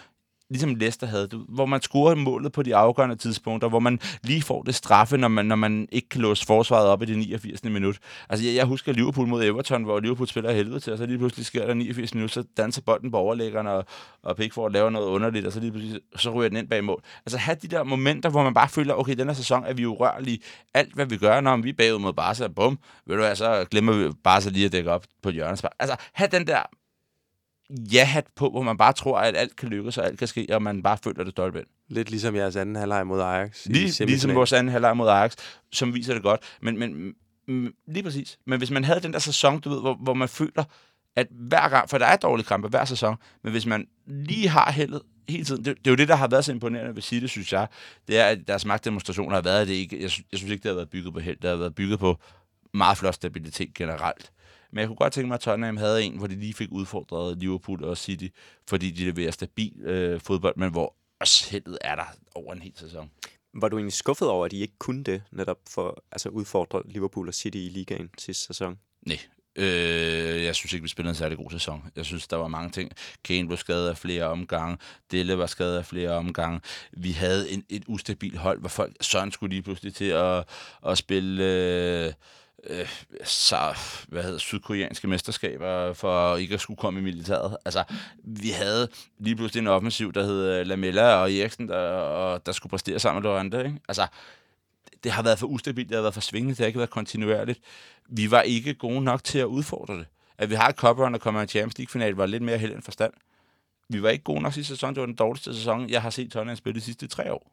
ligesom Leicester havde, hvor man scorer målet på de afgørende tidspunkter, hvor man lige får det straffe, når man, når man ikke kan låse forsvaret op i det niogfirs minut. Altså, jeg, jeg husker Liverpool mod Everton, hvor Liverpool spiller helvede til, og så lige pludselig sker der niogfirs minut, så danser bolden på overlæggeren, og, og Pickford laver noget underligt, og så lige pludselig så ryger den ind bag mål. Altså, have de der momenter, hvor man bare føler, okay, den her sæson er vi urørlige. Alt, hvad vi gør, når vi er bagud mod Barca, bum, ved du hvad, så glemmer vi Barca lige at dække op på hjørnespark. Altså, have den der ja-hat på, hvor man bare tror, at alt kan lykkes, og alt kan ske, og man bare føler det stolpe ind. Lidt ligesom jeres anden halvleg mod Ajax. Lige, ligesom vores anden halvleg mod Ajax, som viser det godt. Men, men mm, lige præcis. Men hvis man havde den der sæson, du ved, hvor, hvor man føler, at hver gang, for der er dårlige kampe hver sæson, men hvis man lige har heldet hele tiden, det, det er jo det, der har været så imponerende ved City, synes jeg, det er, at deres magtdemonstrationer har været, at det ikke, jeg, jeg synes ikke, det har været bygget på held, det har været bygget på meget flot stabilitet generelt. Men jeg kunne godt tænke mig, at Tottenham havde en, hvor de lige fik udfordret Liverpool og City, fordi de leverer stabil øh, fodbold, men hvor også heldet er der over en hel sæson. Var du egentlig skuffet over, at de ikke kunne det, netop for altså udfordre Liverpool og City i ligaen sidste sæson? Nej. Øh, jeg synes ikke, vi spillede en særlig god sæson. Jeg synes, der var mange ting. Kane blev skadet af flere omgange. Dele var skadet af flere omgange. Vi havde en, et ustabilt hold, hvor folk sådan skulle lige pludselig til at, at spille øh, øh, så, hvad hedder, sydkoreanske mesterskaber for ikke at skulle komme i militæret. Altså, vi havde lige pludselig en offensiv, der hed Lamella og Eriksen, der, og, der skulle præstere sammen med Llorente, ikke? Altså, det har været for ustabilt, det har været for svingende, det har ikke været kontinuerligt. Vi var ikke gode nok til at udfordre det. At vi har et cup-run, der kommer i Champions League-final, var lidt mere held end forstand. Vi var ikke gode nok sidste sæson, det var den dårligste sæson, jeg har set Tottenham spille de sidste tre år.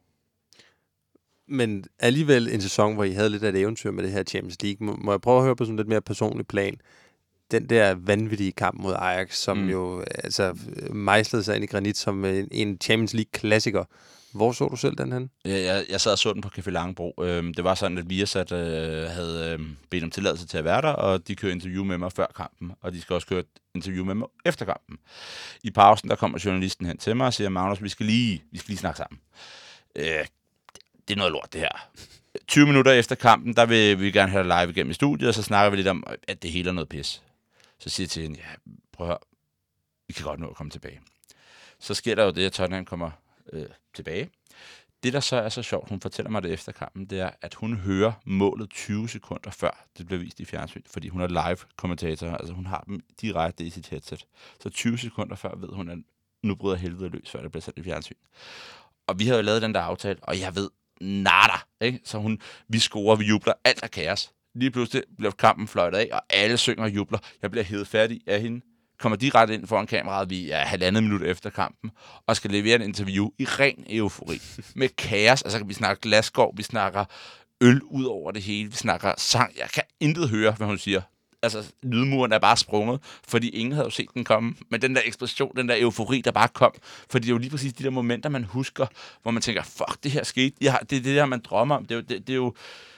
Men alligevel en sæson, hvor I havde lidt af et eventyr med det her Champions League. Må, må jeg prøve at høre på sådan lidt mere personlig plan? Den der vanvittige kamp mod Ajax, som mm. jo altså mejslede sig ind i granit som en, en Champions League-klassiker. Hvor så du selv den hen? Jeg, jeg, jeg sad og så den på Café Langebro. Øhm, det var sådan, at Viasat øh, havde øh, bedt om tilladelse til at være der, og de kørte interview med mig før kampen, og de skal også køre et interview med mig efter kampen. I pausen, der kommer journalisten hen til mig og siger, Magnus, vi skal lige, vi skal lige snakke sammen. Øh, det er noget lort, det her. tyve minutter efter kampen, der vil vi gerne have dig live igennem i studiet, og så snakker vi lidt om, at det hele er noget pis. Så siger jeg til hende, ja, prøv at høre, vi kan godt nå at komme tilbage. Så sker der jo det, at Tottenham kommer øh, tilbage. Det, der så er så sjovt, hun fortæller mig det efter kampen, det er, at hun hører målet tyve sekunder før det bliver vist i fjernsyn, fordi hun er live-kommentator, altså hun har dem direkte i sit headset. Så tyve sekunder før ved hun, at nu bryder helvede løs, før det bliver sat i fjernsyn. Og vi havde jo lavet den der aftale, og jeg ved nada, ikke? Så hun, vi scorer, vi jubler, alt er kaos. Lige pludselig bliver kampen fløjtet af, og alle synger og jubler. Jeg bliver hævet færdig af hende, kommer direkte ind foran kameraet, vi er halvandet minut efter kampen, og skal levere en interview i ren eufori. Med kaos, altså vi snakker glasskov, vi snakker øl ud over det hele, vi snakker sang. Jeg kan intet høre, hvad hun siger. Altså, lydmuren er bare sprunget, fordi ingen havde jo set den komme. Men den der eksplosion, den der eufori, der bare kom, fordi det er jo lige præcis de der momenter, man husker, hvor man tænker, fuck, det her skete. Ja, det er det der, man drømmer om. Det er jo... Det, det er jo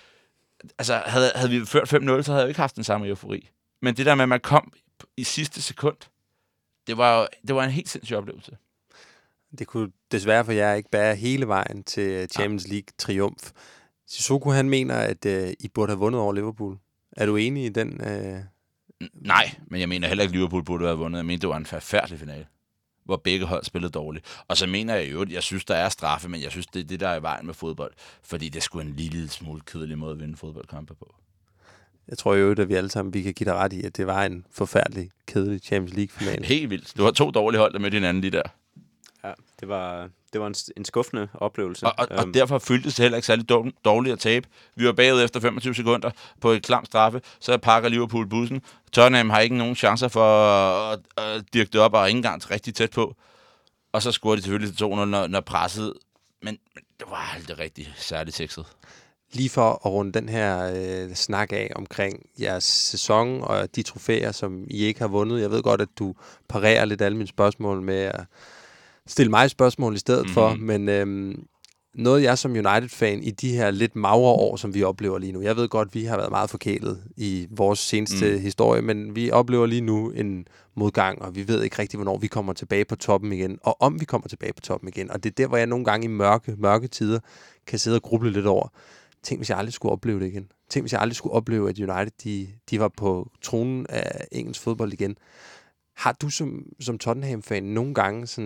altså, havde, havde vi ført fem nul, så havde jeg jo ikke haft den samme eufori. Men det der med, at man kom i sidste sekund, det var, det var en helt sindssyg oplevelse. Det kunne desværre for jer ikke bære hele vejen til Champions League-triumf. Sissoko, han mener, at uh, I burde have vundet over Liverpool. Er du enig i den? Uh... Nej, men jeg mener heller ikke, at Liverpool burde have vundet. Jeg mener, det var en forfærdelig finale, hvor begge hold spillede dårligt. Og så mener jeg jo, at jeg synes, der er straffe, men jeg synes, det er det, der er i vejen med fodbold. Fordi det er sgu en lille smule kedelig måde at vinde fodboldkampe på. Jeg tror jo, at vi alle sammen vi kan give dig ret i, at det var en forfærdelig, kedelig Champions League-finale. Helt vildt. Du har to dårlige hold, der mødte hinanden lige der. Ja, det var, det var en, en skuffende oplevelse. Og, og, og um. derfor føltes det heller ikke særlig dårligt at tabe. Vi var bagud efter femogtyve sekunder på et klamt straffe. Så pakker Liverpool bussen. Tottenham har ikke nogen chancer for at, at, at dirke det op, og ikke engang rigtig tæt på. Og så scorede de selvfølgelig til to nul, når, når presset. Men, men det var aldrig rigtig særligt sexet. Lige for at runde den her øh, snak af omkring jeres sæson og de trofæer, som I ikke har vundet. Jeg ved godt, at du parerer lidt alle mine spørgsmål med at stille mig spørgsmål i stedet mm-hmm. for, men øhm, noget jeg som United-fan i de her lidt magre år, som vi oplever lige nu. Jeg ved godt, at vi har været meget forkælet i vores seneste mm. historie, men vi oplever lige nu en modgang, og vi ved ikke rigtig, hvornår vi kommer tilbage på toppen igen, og om vi kommer tilbage på toppen igen. Og det er der, hvor jeg nogle gange i mørke, mørke tider kan sidde og gruble lidt over. Tænk, hvis jeg aldrig skulle opleve det igen. Tænk, hvis jeg aldrig skulle opleve, at United de, de var på tronen af engelsk fodbold igen. Har du som, som Tottenham-fan nogle gange sådan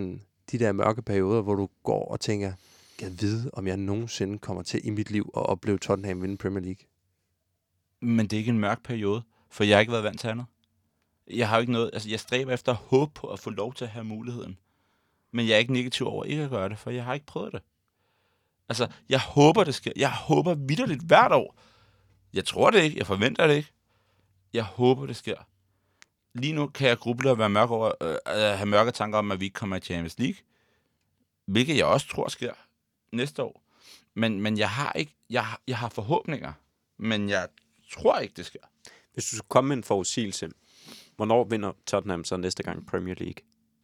de der mørke perioder, hvor du går og tænker, kan jeg vide, om jeg nogensinde kommer til i mit liv at opleve Tottenham vinde Premier League? Men det er ikke en mørk periode, for jeg har ikke været vant til andet. Jeg har jo ikke noget, altså jeg stræber efter håb på at få lov til at have muligheden. Men jeg er ikke negativ over ikke at gøre det, for jeg har ikke prøvet det. Altså, jeg håber, det sker. Jeg håber vitterligt hvert år. Jeg tror det ikke, jeg forventer det ikke. Jeg håber, det sker. Lige nu kan jeg gruble og være mørk over, øh, have mørke tanker om, at vi ikke kommer i Champions League. Hvilket jeg også tror sker næste år. Men, men jeg har ikke, jeg, jeg har forhåbninger, men jeg tror ikke, det sker. Hvis du skulle komme med en forudsigelse, hvornår vinder Tottenham så næste gang Premier League?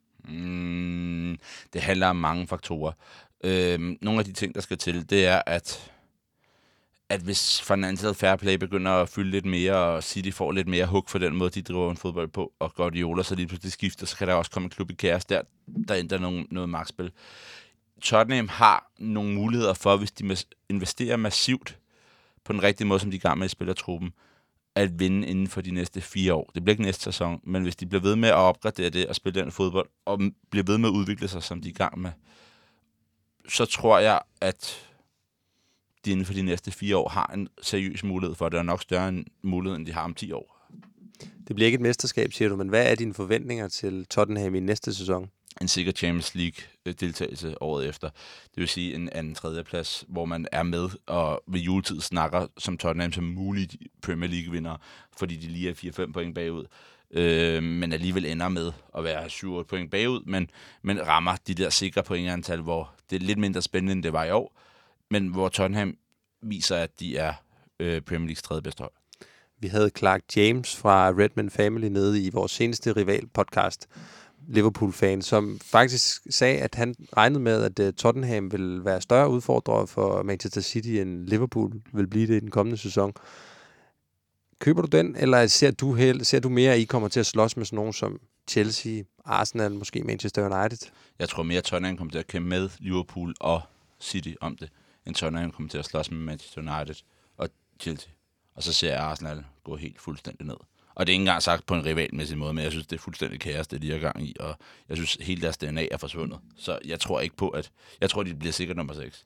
Mm, det handler om mange faktorer. Øhm, nogle af de ting, der skal til, det er, at, at hvis Financial Fair Play begynder at fylde lidt mere, og City får lidt mere hug for den måde, de driver en fodbold på, og Guardiola så lige pludselig skifter, så kan der også komme en klub i kaos der, der ændrer nogen, noget magtspil. Tottenham har nogle muligheder for, hvis de investerer massivt på den rigtige måde, som de er i gang med i spillertruppen, at vinde inden for de næste fire år. Det bliver ikke næste sæson, men hvis de bliver ved med at opgradere det og spille den fodbold, og bliver ved med at udvikle sig, som de er i gang med, så tror jeg, at de inden for de næste fire år har en seriøs mulighed for det, og nok større en mulighed, end de har om ti år. Det bliver ikke et mesterskab, siger du, men hvad er dine forventninger til Tottenham i næste sæson? En sikker Champions League-deltagelse året efter. Det vil sige en anden tredje plads, hvor man er med og ved juletid snakker som Tottenham som muligt Premier League-vinder, fordi de lige er fire fem point bagud. Øh, men alligevel ender med at være syv otte point bagud, men, men rammer de der sikre pointantal, hvor det er lidt mindre spændende, end det var i år, men hvor Tottenham viser, at de er øh, Premier Leagues tredje bedste hold. Vi havde Clark James fra Redman Family nede i vores seneste rival-podcast, Liverpool-fan, som faktisk sagde, at han regnede med, at uh, Tottenham vil være større udfordrer for Manchester City, end Liverpool vil blive det i den kommende sæson. Køber du den, eller ser du, hel, ser du mere, at I kommer til at slås med sådan nogen som Chelsea, Arsenal, måske Manchester United? Jeg tror mere, at Tottenham kommer til at kæmpe med Liverpool og City om det, end Tottenham kommer til at slås med Manchester United og Chelsea. Og så ser jeg Arsenal gå helt fuldstændig ned. Og det er ikke engang sagt på en rivalmæssig måde, men jeg synes, det er fuldstændig kaos, det de er gang i, og jeg synes, hele deres D N A er forsvundet. Så jeg tror ikke på, at... Jeg tror, de bliver sikkert nummer seks.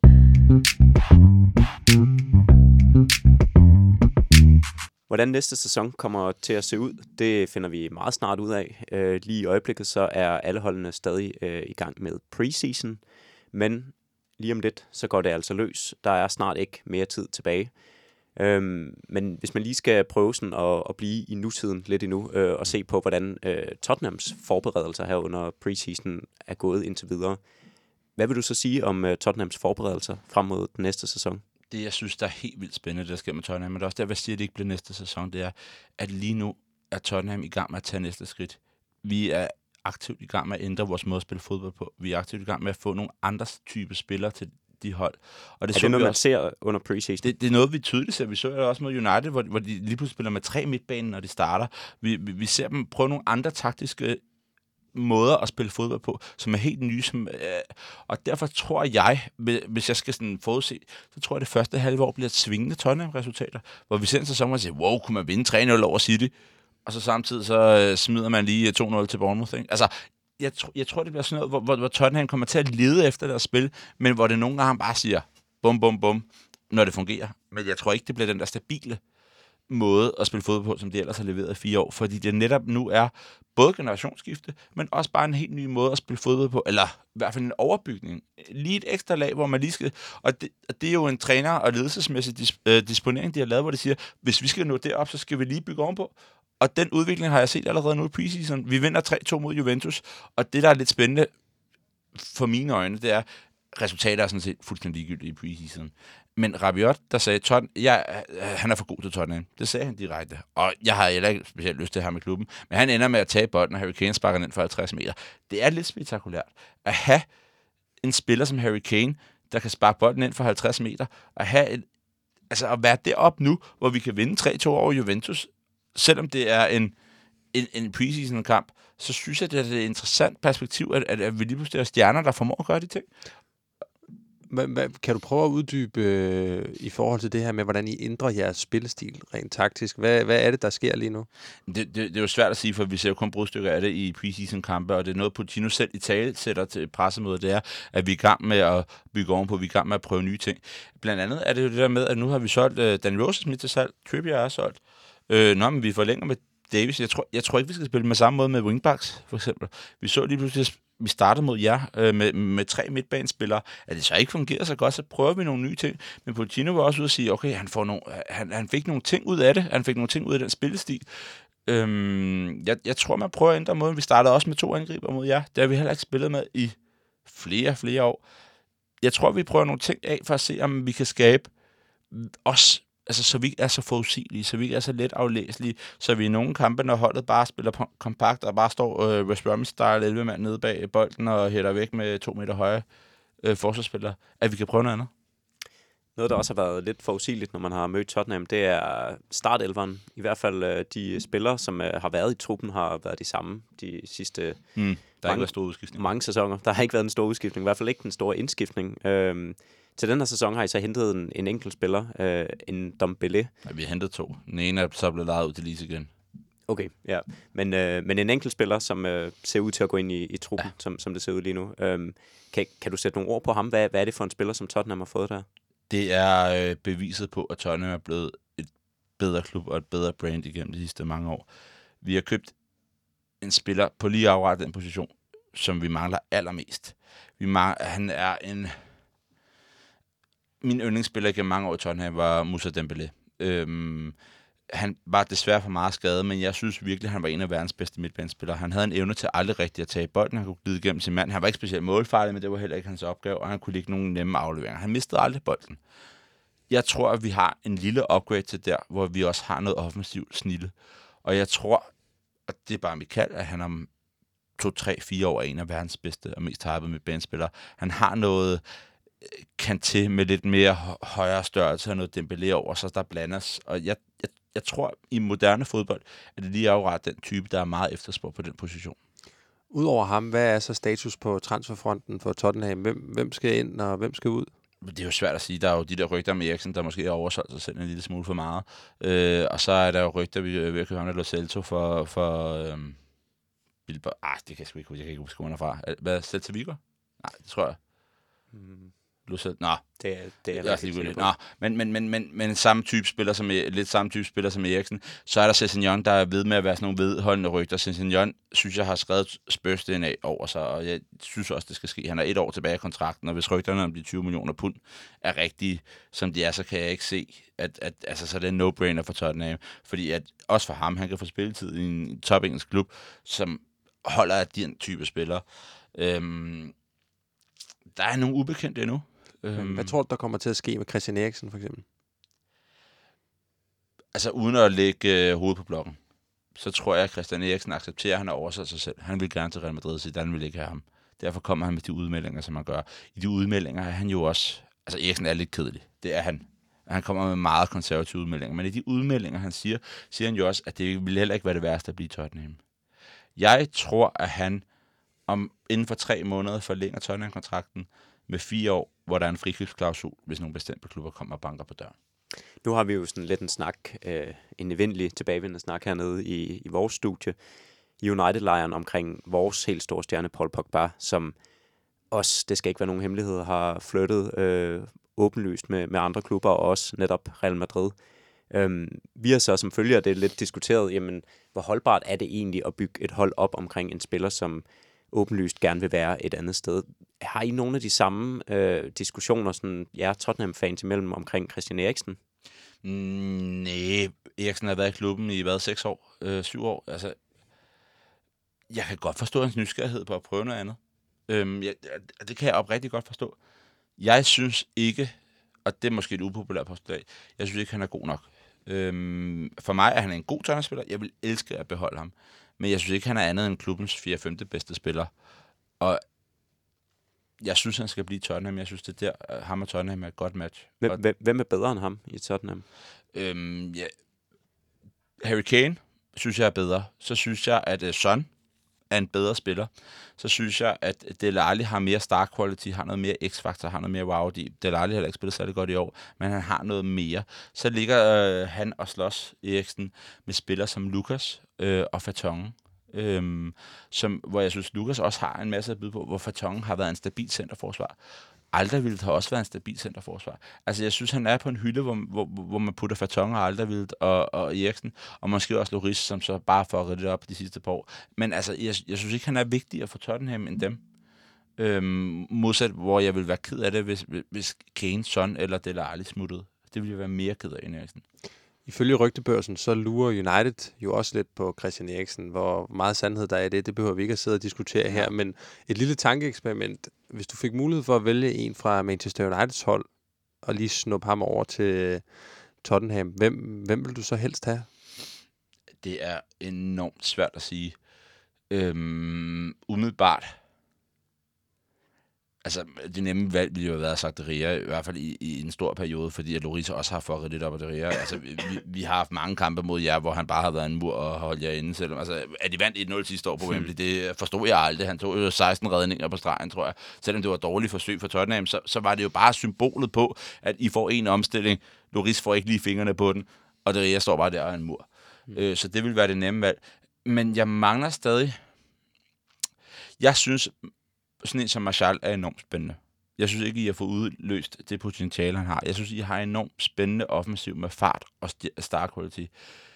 Hvordan næste sæson kommer til at se ud, det finder vi meget snart ud af. Øh, lige i øjeblikket så er alle holdene stadig øh, i gang med preseason, men lige om lidt, så går det altså løs. Der er snart ikke mere tid tilbage. Øhm, men hvis man lige skal prøve sådan at, at blive i nutiden lidt endnu, øh, og se på, hvordan øh, Tottenhams forberedelser her under preseason er gået indtil videre. Hvad vil du så sige om øh, Tottenhams forberedelser frem mod den næste sæson? Det, jeg synes, der er helt vildt spændende, der sker med Tottenham, men det er også der, hvad siger, at det ikke bliver næste sæson, det er, at lige nu er Tottenham i gang med at tage næste skridt. Vi er aktivt i gang med at ændre vores måde at spille fodbold på. Vi er aktivt i gang med at få nogle andre type spillere til de hold. Og det er det noget, man ser under preseason? Det, det er noget, vi tydeligt ser. Vi så det også mod United, hvor, hvor de lige pludselig spiller med tre midtbanen, når de starter. Vi, vi, vi ser dem prøve nogle andre taktiske måder at spille fodbold på, som er helt nye. Som, øh, og derfor tror jeg, hvis jeg skal sådan forudse, så tror jeg, at det første halve år bliver et svingende Tottenham-resultater, hvor vi ser en sæson, og siger, wow, kunne man vinde tre nul over City? Og så samtidig så øh, smider man lige to nul til Bournemouth. Ikke? Altså, jeg, tr- jeg tror, det bliver sådan noget, hvor, hvor, hvor Tottenham kommer til at lede efter deres spil, men hvor det nogle gange bare siger, bum, bum, bum, når det fungerer. Men jeg tror ikke, det bliver den der stabile måde at spille fodbold på, som de ellers har leveret i fire år, fordi det netop nu er både generationsskifte, men også bare en helt ny måde at spille fodbold på, eller i hvert fald en overbygning. Lige et ekstra lag, hvor man lige skal... Og det, og det er jo en træner- og ledelsesmæssig dis, øh, disponering, de har lavet, hvor de siger, hvis vi skal nå derop, så skal vi lige bygge ovenpå. Og den udvikling har jeg set allerede nu i preseason. Vi vinder tre to mod Juventus, og det, der er lidt spændende for mine øjne, det er, resultater er sådan set fuldstændig ligegyldige i preseason. Men Rabiot, der sagde, Tot- ja, han er for god til Tottenham. Det sagde han direkte. Og jeg har heller ikke specielt lyst til at have med klubben. Men han ender med at tage bolden, og Harry Kane sparker den for halvtreds meter. Det er lidt spektakulært at have en spiller som Harry Kane, der kan sparke bolden ind for halvtreds meter, og have et, altså at være deroppe nu, hvor vi kan vinde tre to over Juventus, selvom det er en, en, en preseason-kamp, så synes jeg, det er et interessant perspektiv, at, at, at vi lige pludselig er stjerner, der formår at gøre de ting. Hva, hva, kan du prøve at uddybe øh, i forhold til det her med, hvordan I ændrer jeres spillestil rent taktisk? Hvad, hvad er det, der sker lige nu? Det, det, det er jo svært at sige, for vi ser jo kun brudstykker af det i preseason-kampe, og det er noget, Pochettino selv i tale sætter til pressemødet, det er, at vi er i gang med at bygge ovenpå, vi er i gang med at prøve nye ting. Blandt andet er det jo det der med, at nu har vi solgt uh, Danny Rose midt til salg, Trippier er solgt. Øh, nå, men vi forlænger med Davis. Jeg tror, jeg tror ikke, vi skal spille med samme måde med wingbacks, for eksempel. Vi så lige pludselig, vi startede mod jer øh, med, med tre midtbanespillere. At det så ikke fungerer så godt, så prøver vi nogle nye ting. Men Pochettino var også ude at sige, okay, han, får nogle, han, han fik nogle ting ud af det. Han fik nogle ting ud af den spillestil. Øhm, jeg, jeg tror, man prøver at ændre måden. Vi startede også med to angriber mod jer. Det har vi heller ikke spillet med i flere, flere år. Jeg tror, vi prøver nogle ting af for at se, om vi kan skabe os. Altså, så vi ikke er så forudsigelige, så vi ikke er så let aflæselige, så vi i nogle kampe, når holdet bare spiller kompakt, og bare står øh, West Brom-style elleve mand nede bag bolden og hætter væk med to meter høje øh, forsvarsspillere, at vi kan prøve noget andet. Noget, der også har været lidt forudsigeligt, når man har mødt Tottenham, det er startelveren. I hvert fald øh, de spillere, som øh, har været i truppen, har været de samme de sidste mm, der mange, ikke været stor udskiftning. mange sæsoner. Der har ikke været en stor udskiftning, i hvert fald ikke den store indskiftning. Øh, Til den her sæson har I så hentet en, en enkelt spiller, øh, en Dombele. Ja, vi har hentet to. Den ene er så blevet lejet ud til Leeds igen. Okay, ja. Men, øh, men en enkelt spiller, som øh, ser ud til at gå ind i, i truppen, ja. som, som det ser ud lige nu. Øh, kan, kan du sætte nogle ord på ham? Hvad, hvad er det for en spiller, som Tottenham har fået der? Det er øh, beviset på, at Tottenham er blevet et bedre klub og et bedre brand igennem de sidste mange år. Vi har købt en spiller på lige afret den position, som vi mangler allermest. Vi mangler, han er en... Min yndlingsspiller gennem mange år i Tottenham var Moussa Dembélé. Øhm, han var desværre for meget skadet, men jeg synes virkelig, at han var en af verdens bedste midtbanespillere. Han havde en evne til aldrig rigtig at tage bolden. Han kunne glide igennem sin mand. Han var ikke specielt målfarlig, men det var heller ikke hans opgave, og han kunne ikke nogen nemme afleveringer. Han mistede aldrig bolden. Jeg tror, at vi har en lille upgrade til der, hvor vi også har noget offensivt snille. Og jeg tror, at det er bare Michael, at han om to, tre, fire år er en af verdens bedste og mest hypede midtbanespillere. Han har noget... kan til med lidt mere højere størrelse og noget Dembélé over sig, der blandes. Og jeg, jeg, jeg tror, i moderne fodbold, at det lige afret den type, der er meget efterspurgt på den position. Udover ham, hvad er så status på transferfronten for Tottenham? Hvem, hvem skal ind, og hvem skal ud? Det er jo svært at sige. Der er jo de der rygter med Eriksen, der måske har oversolgt sig selv en lille smule for meget. Øh, og så er der jo rygter, vi er ved at købe ham, der Lo Celso for... for øhm, Bilbao. Ah, det kan jeg sgu ikke huske. Jeg kan ikke huske, hvor han er fra. Hvad? Celta Vigo? Nej, det tror jeg. Hmm. Lucet. Nå, det er det er jeg også lige Nå, men men men men men samme type spiller som lidt samme type spiller som Eriksen. Så er der Sessegnon, der er ved med at være sådan nogle vedholdende rygter. Sessegnon synes jeg har skrevet Spurs D N A over sig, og jeg synes også det skal ske. Han er et år tilbage i kontrakten, og hvis rygterne om de tyve millioner pund er rigtige, som de er, så kan jeg ikke se at at altså så er det en no-brainer for Tottenham, fordi at også for ham, han kan få spilletid i en top engelsk klub, som holder af den type spillere. Øhm, der er nogle ubekendte endnu. Hvad tror du, der kommer til at ske med Christian Eriksen, for eksempel? Altså, uden at lægge øh, hovedet på blokken, så tror jeg, at Christian Eriksen accepterer, at han har oversat sig selv. Han vil gerne til Real Madrid, så han vil ikke have ham. Derfor kommer han med de udmeldinger, som han gør. I de udmeldinger er han jo også... Altså, Eriksen er lidt kedelig. Det er han. Han kommer med meget konservative udmeldinger. Men i de udmeldinger, han siger, siger han jo også, at det vil heller ikke være det værste at blive Tottenham. Jeg tror, at han om inden for tre måneder forlænger Tottenham-kontrakten med fire år, hvor der er en frikøbsklausul, hvis nogle bestemte klubber kommer og banker på døren. Nu har vi jo sådan lidt en snak, øh, en eventlig tilbagevendende snak hernede i, i vores studie, i United-lejren omkring vores helt store stjerne, Paul Pogba, som også, det skal ikke være nogen hemmelighed, har flyttet øh, åbenlyst med, med andre klubber, og også netop Real Madrid. Øhm, vi har så som følger det lidt diskuteret, jamen, hvor holdbart er det egentlig at bygge et hold op omkring en spiller, som åbenlyst gerne vil være et andet sted. Har I nogle af de samme øh, diskussioner, sådan jer Tottenham-fans imellem omkring Christian Eriksen? Mm, nej, Eriksen har været i klubben i hvad, seks år, øh, syv år. Altså, jeg kan godt forstå hans nysgerrighed på at prøve noget andet. Øhm, jeg, det kan jeg oprigtigt godt forstå. Jeg synes ikke, og det er måske et upopulært postulat, jeg synes ikke, han er god nok. Øhm, for mig er han en god Tottenham-spiller. Jeg vil elske at beholde ham. Men jeg synes ikke, han er andet end klubbens fire femte bedste spiller. Og jeg synes, han skal blive Tottenham. Jeg synes, det der, ham og Tottenham er et godt match. Hvem, hvem, hvem er bedre end ham i Tottenham? Øhm, ja. Harry Kane synes jeg er bedre. Så synes jeg, at uh, Son er en bedre spiller, så synes jeg, at Dele Alli har mere star quality, har noget mere x-faktor, har noget mere wow. Dele Alli har ikke spillet særlig godt i år, men han har noget mere. Så ligger øh, han og slås Eriksen med spillere som Lucas øh, og Fatongen. Øhm, som, hvor jeg synes, Lucas også har en masse at byde på, hvor Fatongen har været en stabil centerforsvar. Alderweireld har også været en stabil centerforsvar. Altså, jeg synes, han er på en hylde, hvor, hvor, hvor man putter Fatongen og Alderweireld og, og Eriksen, og måske også Lloris, som så bare får reddet op de sidste par år. Men altså, jeg, jeg synes ikke, han er vigtigere for Tottenham end dem. Øhm, modsat, hvor jeg vil være ked af det, hvis, hvis Kane, Son eller Dele Alli smuttede. Det ville jeg være mere ked af end Eriksen. Ifølge rygtebørsen, så lurer United jo også lidt på Christian Eriksen. Hvor meget sandhed der er i det, det behøver vi ikke at sidde og diskutere her. Men et lille tankeeksperiment. Hvis du fik mulighed for at vælge en fra Manchester Uniteds hold, og lige snuppe ham over til Tottenham, hvem, hvem vil du så helst have? Det er enormt svært at sige. Øhm, umiddelbart. Altså, det nemme valg ville jo have været Zakaria, i hvert fald i, i en stor periode, fordi at Lloris også har fået lidt op af Zakaria. Altså, vi, vi har haft mange kampe mod jer, hvor han bare har været en mur og holdt jer inde. Selvom, altså, at de vandt et nul sidste år på Wembley, det forstod jeg aldrig. Han tog jo seksten redninger på stregen, tror jeg. Selvom det var dårligt forsøg for Tottenham, så, så var det jo bare symbolet på, at I får en omstilling. Lloris får ikke lige fingrene på den, og Zakaria står bare der og en mur. Mm. Øh, så det vil være det nemme valg. Men jeg mangler stadig... Jeg synes... Sådan en som Martial er enormt spændende. Jeg synes ikke, I har fået udløst det potentiale, han har. Jeg synes, I har enormt spændende offensiv med fart og star quality.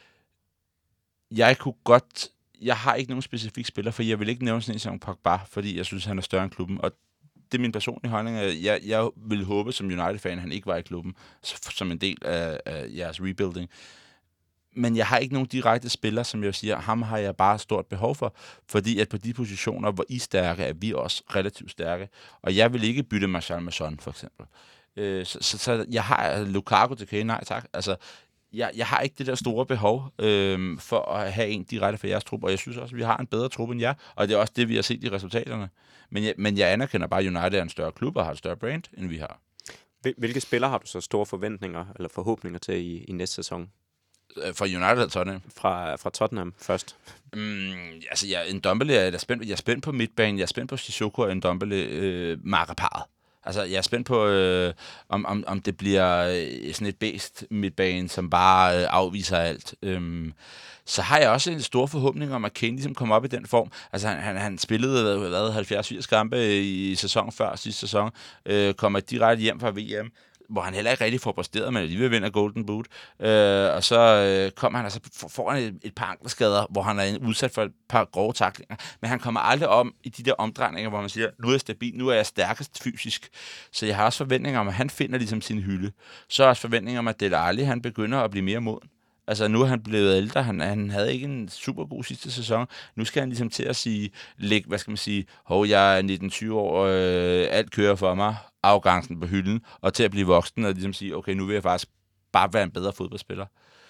Jeg kunne godt... Jeg har ikke nogen specifik spiller, for jeg vil ikke nævne sådan en som Pogba, fordi jeg synes, han er større end klubben. Og det er min personlige holdning. Jeg, jeg vil håbe som United-fan, at han ikke var i klubben, som en del af, af jeres rebuilding. Men jeg har ikke nogen direkte spiller, som jeg siger, ham har jeg bare stort behov for, fordi at på de positioner, hvor I er stærke, er vi også relativt stærke. Og jeg vil ikke bytte Martial med Son, for eksempel. Øh, så, så, så jeg har Lukaku til Kane, nej tak. Altså, jeg, jeg har ikke det der store behov øh, for at have en direkte for jeres trup, og jeg synes også, at vi har en bedre trup end jer, og det er også det, vi har set i resultaterne. Men jeg, men jeg anerkender bare, at United er en større klub og har et større brand, end vi har. Hvilke spillere har du så store forventninger eller forhåbninger til i, i næste sæson? Fra United eller Tottenham? Fra, fra Tottenham først. Mm, altså, jeg, en Ndombele er jeg spændt. Jeg er spændt på midtbanen. Jeg er spændt på Sissoko og Ndombele øh, markerparet. Altså, jeg er spændt på, øh, om, om, om det bliver øh, sådan et bæst midtbane, som bare øh, afviser alt. Øhm, så har jeg også en stor forhåbning om, at Kane ligesom kommer op i den form. Altså, han, han, han spillede hvad, halvfjerds firs kampe i sæson før sidste sæson. Øh, kommer direkte hjem fra V M, hvor han heller ikke rigtig får præsteret, men alligevel vinder Golden Boot. Øh, og så øh, kommer han, og så får han et, et par ankelskader, hvor han er udsat for et par grove tacklinger. Men han kommer aldrig om i de der omdrejninger, hvor man siger, nu er jeg stabil, nu er jeg stærkest fysisk. Så jeg har også forventninger om, at han finder ligesom sin hylde. Så har også forventninger om, at Dele Alli, han begynder at blive mere moden. Altså, nu er han blevet ældre. Han, han havde ikke en super god sidste sæson. Nu skal han ligesom til at sige, læg, hvad skal man sige, hov, jeg er nitten tyve år, øh, alt kører for mig, afgangsen på hylden, og til at blive voksen, og ligesom sige, okay, nu vil jeg faktisk bare være en bedre fodboldspiller.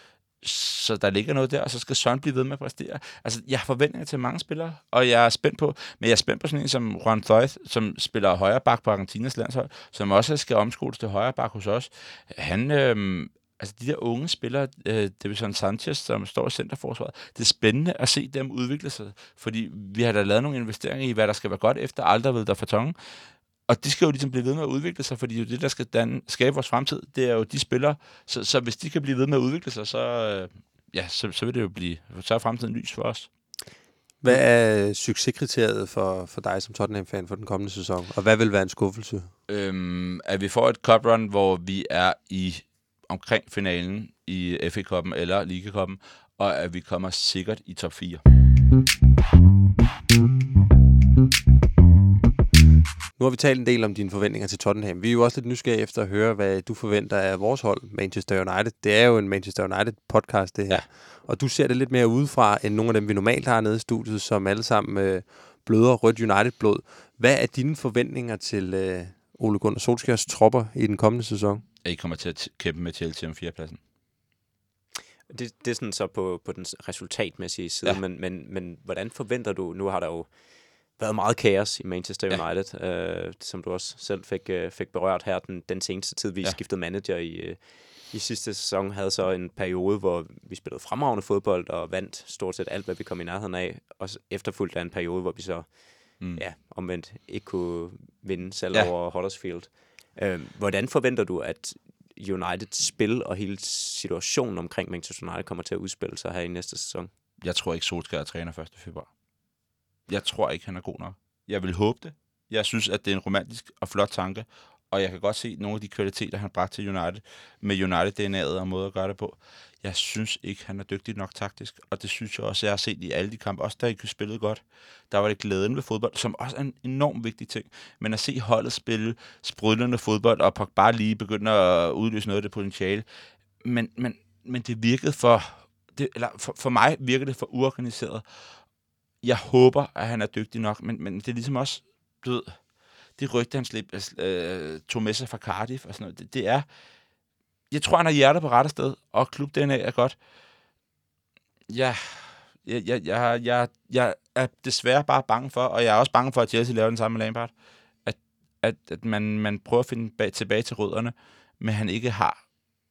Så der ligger noget der, og så skal Son blive ved med at præstere. Altså, jeg har forventninger til mange spillere, og jeg er spændt på, men jeg er spændt på sådan en som Ron Theuth, som spiller højre bak på Argentinas landshold, som også skal omskoles til højre bak hos os. Han... Øh, Altså de der unge spillere, øh, Davinson Sanchez, som står i centerforsvaret, det er spændende at se dem udvikle sig, fordi vi har da lavet nogle investeringer i, hvad der skal være godt efter Alderweireld og Fatongen, og de skal jo ligesom blive ved med at udvikle sig, fordi det er jo det, der skal danne, skabe vores fremtid, det er jo de spillere, så, så hvis de kan blive ved med at udvikle sig, så, øh, ja, så, så vil det jo blive, så er fremtiden lys for os. Hvad er succeskriteriet for, for dig som Tottenham-fan for den kommende sæson, og hvad vil være en skuffelse? Øhm, at vi får et cup run, hvor vi er i omkring finalen i F A-cuppen eller Liga-cuppen, og at vi kommer sikkert i top fire. Nu har vi talt en del om dine forventninger til Tottenham. Vi er jo også lidt nysgerrige efter at høre, hvad du forventer af vores hold, Manchester United. Det er jo en Manchester United-podcast, det her. Ja. Og du ser det lidt mere udefra, end nogle af dem, vi normalt har nede i studiet, som alle sammen øh, bløder rødt United-blod. Hvad er dine forventninger til øh, Ole Gunnar Solskjærs tropper i den kommende sæson? At I kommer til at kæmpe med Chelsea om fjerdepladsen? Det, det er sådan så på, på den resultatmæssige side, ja. men, men, men hvordan forventer du, nu har der jo været meget kaos i Manchester United, ja. øh, som du også selv fik, øh, fik berørt her den, den seneste tid, vi ja. skiftede manager i, øh, i sidste sæson havde så en periode, hvor vi spillede fremragende fodbold og vandt stort set alt, hvad vi kom i nærheden af. Og efterfulgt af en periode, hvor vi så mm. ja, omvendt ikke kunne vinde selv ja. over Huddersfield. Øh, hvordan forventer du, at Uniteds spil og hele situationen omkring Manchester United kommer til at udspille sig her i næste sæson? Jeg tror ikke, Solskjaer er træner første februar. Jeg tror ikke, han er god nok. Jeg vil håbe det. Jeg synes, at det er en romantisk og flot tanke, og jeg kan godt se nogle af de kvaliteter, han bragte til United, med United-D N A'et og måde at gøre det på. Jeg synes ikke, han er dygtig nok taktisk, og det synes jeg også, jeg har set i alle de kampe. Også da I spillede godt, der var det glæden ved fodbold, som også er en enormt vigtig ting. Men at se holdet spille sprudlende fodbold, og Pogba lige begynde at udløse noget af det potentiale. Men, men, men det virkede for, det, eller for, for mig virkede det for uorganiseret. Jeg håber, at han er dygtig nok, men, men det er ligesom også, du ved, det rygte, han slip, øh, tog med sig fra Cardiff og sådan noget, det, det er, jeg tror, han har hjertet på rette sted, og klub-D N A er godt. Ja, jeg, jeg, jeg, jeg, jeg er desværre bare bange for, og jeg er også bange for, at Chelsea laver den samme med Lampard, at, at, at man, man prøver at finde bag, tilbage til rødderne, men han ikke har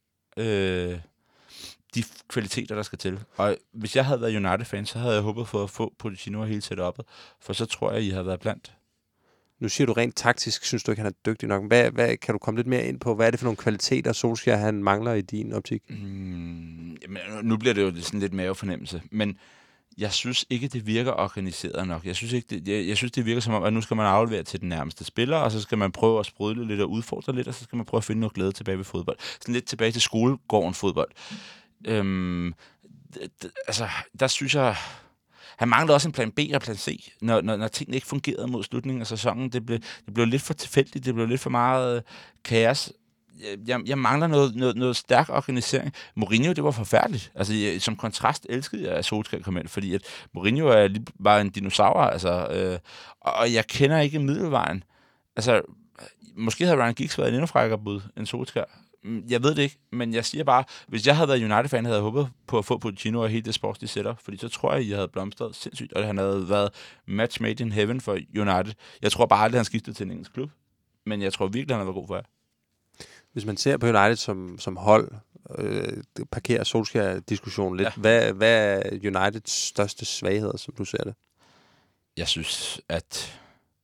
øh, de kvaliteter, der skal til. Og hvis jeg havde været United-fan, så havde jeg håbet for at få Pochettino hele tæt oppe, for så tror jeg, I havde været blandt. Nu siger du rent taktisk, synes du ikke, han er dygtig nok. Hvad, hvad, kan du komme lidt mere ind på? Hvad er det for nogle kvaliteter, Solskjaer han mangler i din optik? Mm, jamen, nu bliver det jo sådan lidt mavefornemmelse, men jeg synes ikke, det virker organiseret nok. Jeg synes, ikke, det, jeg, jeg synes, det virker som om, at nu skal man aflevere til den nærmeste spiller, og så skal man prøve at sprudle lidt og udfordre lidt, og så skal man prøve at finde noget glæde tilbage ved fodbold. Sådan lidt tilbage til skolegården fodbold. Øhm, d- d- altså, der synes jeg... Han manglede også en plan B og plan C, når, når, når tingene ikke fungerede mod slutningen af sæsonen. Det blev, det blev lidt for tilfældigt, det blev lidt for meget kaos. Jeg, jeg mangler noget, noget, noget stærk organisering. Mourinho, det var forfærdeligt. Altså, jeg, som kontrast elskede jeg, at Solskjaer kom ind, fordi at Mourinho er lige, bare en dinosaur, altså, øh, og jeg kender ikke middelvejen. Altså, måske havde Ryan Giggs været en endnu frækkere bud end Solskjaer. Jeg ved det ikke, men jeg siger bare, hvis jeg havde været United-fan, havde jeg håbet på at få Pochettino og hele det sportslige setup, fordi så tror jeg, at jeg havde blomstret sindssygt, og han havde været match made in heaven for United. Jeg tror bare aldrig, han skiftede til en engelsk klub, men jeg tror virkelig, han har været god for jer. Hvis man ser på United som, som hold, øh, parkerer Solskjaer-diskussionen lidt, ja. hvad, hvad er Uniteds største svagheder, som du ser det? Jeg synes, at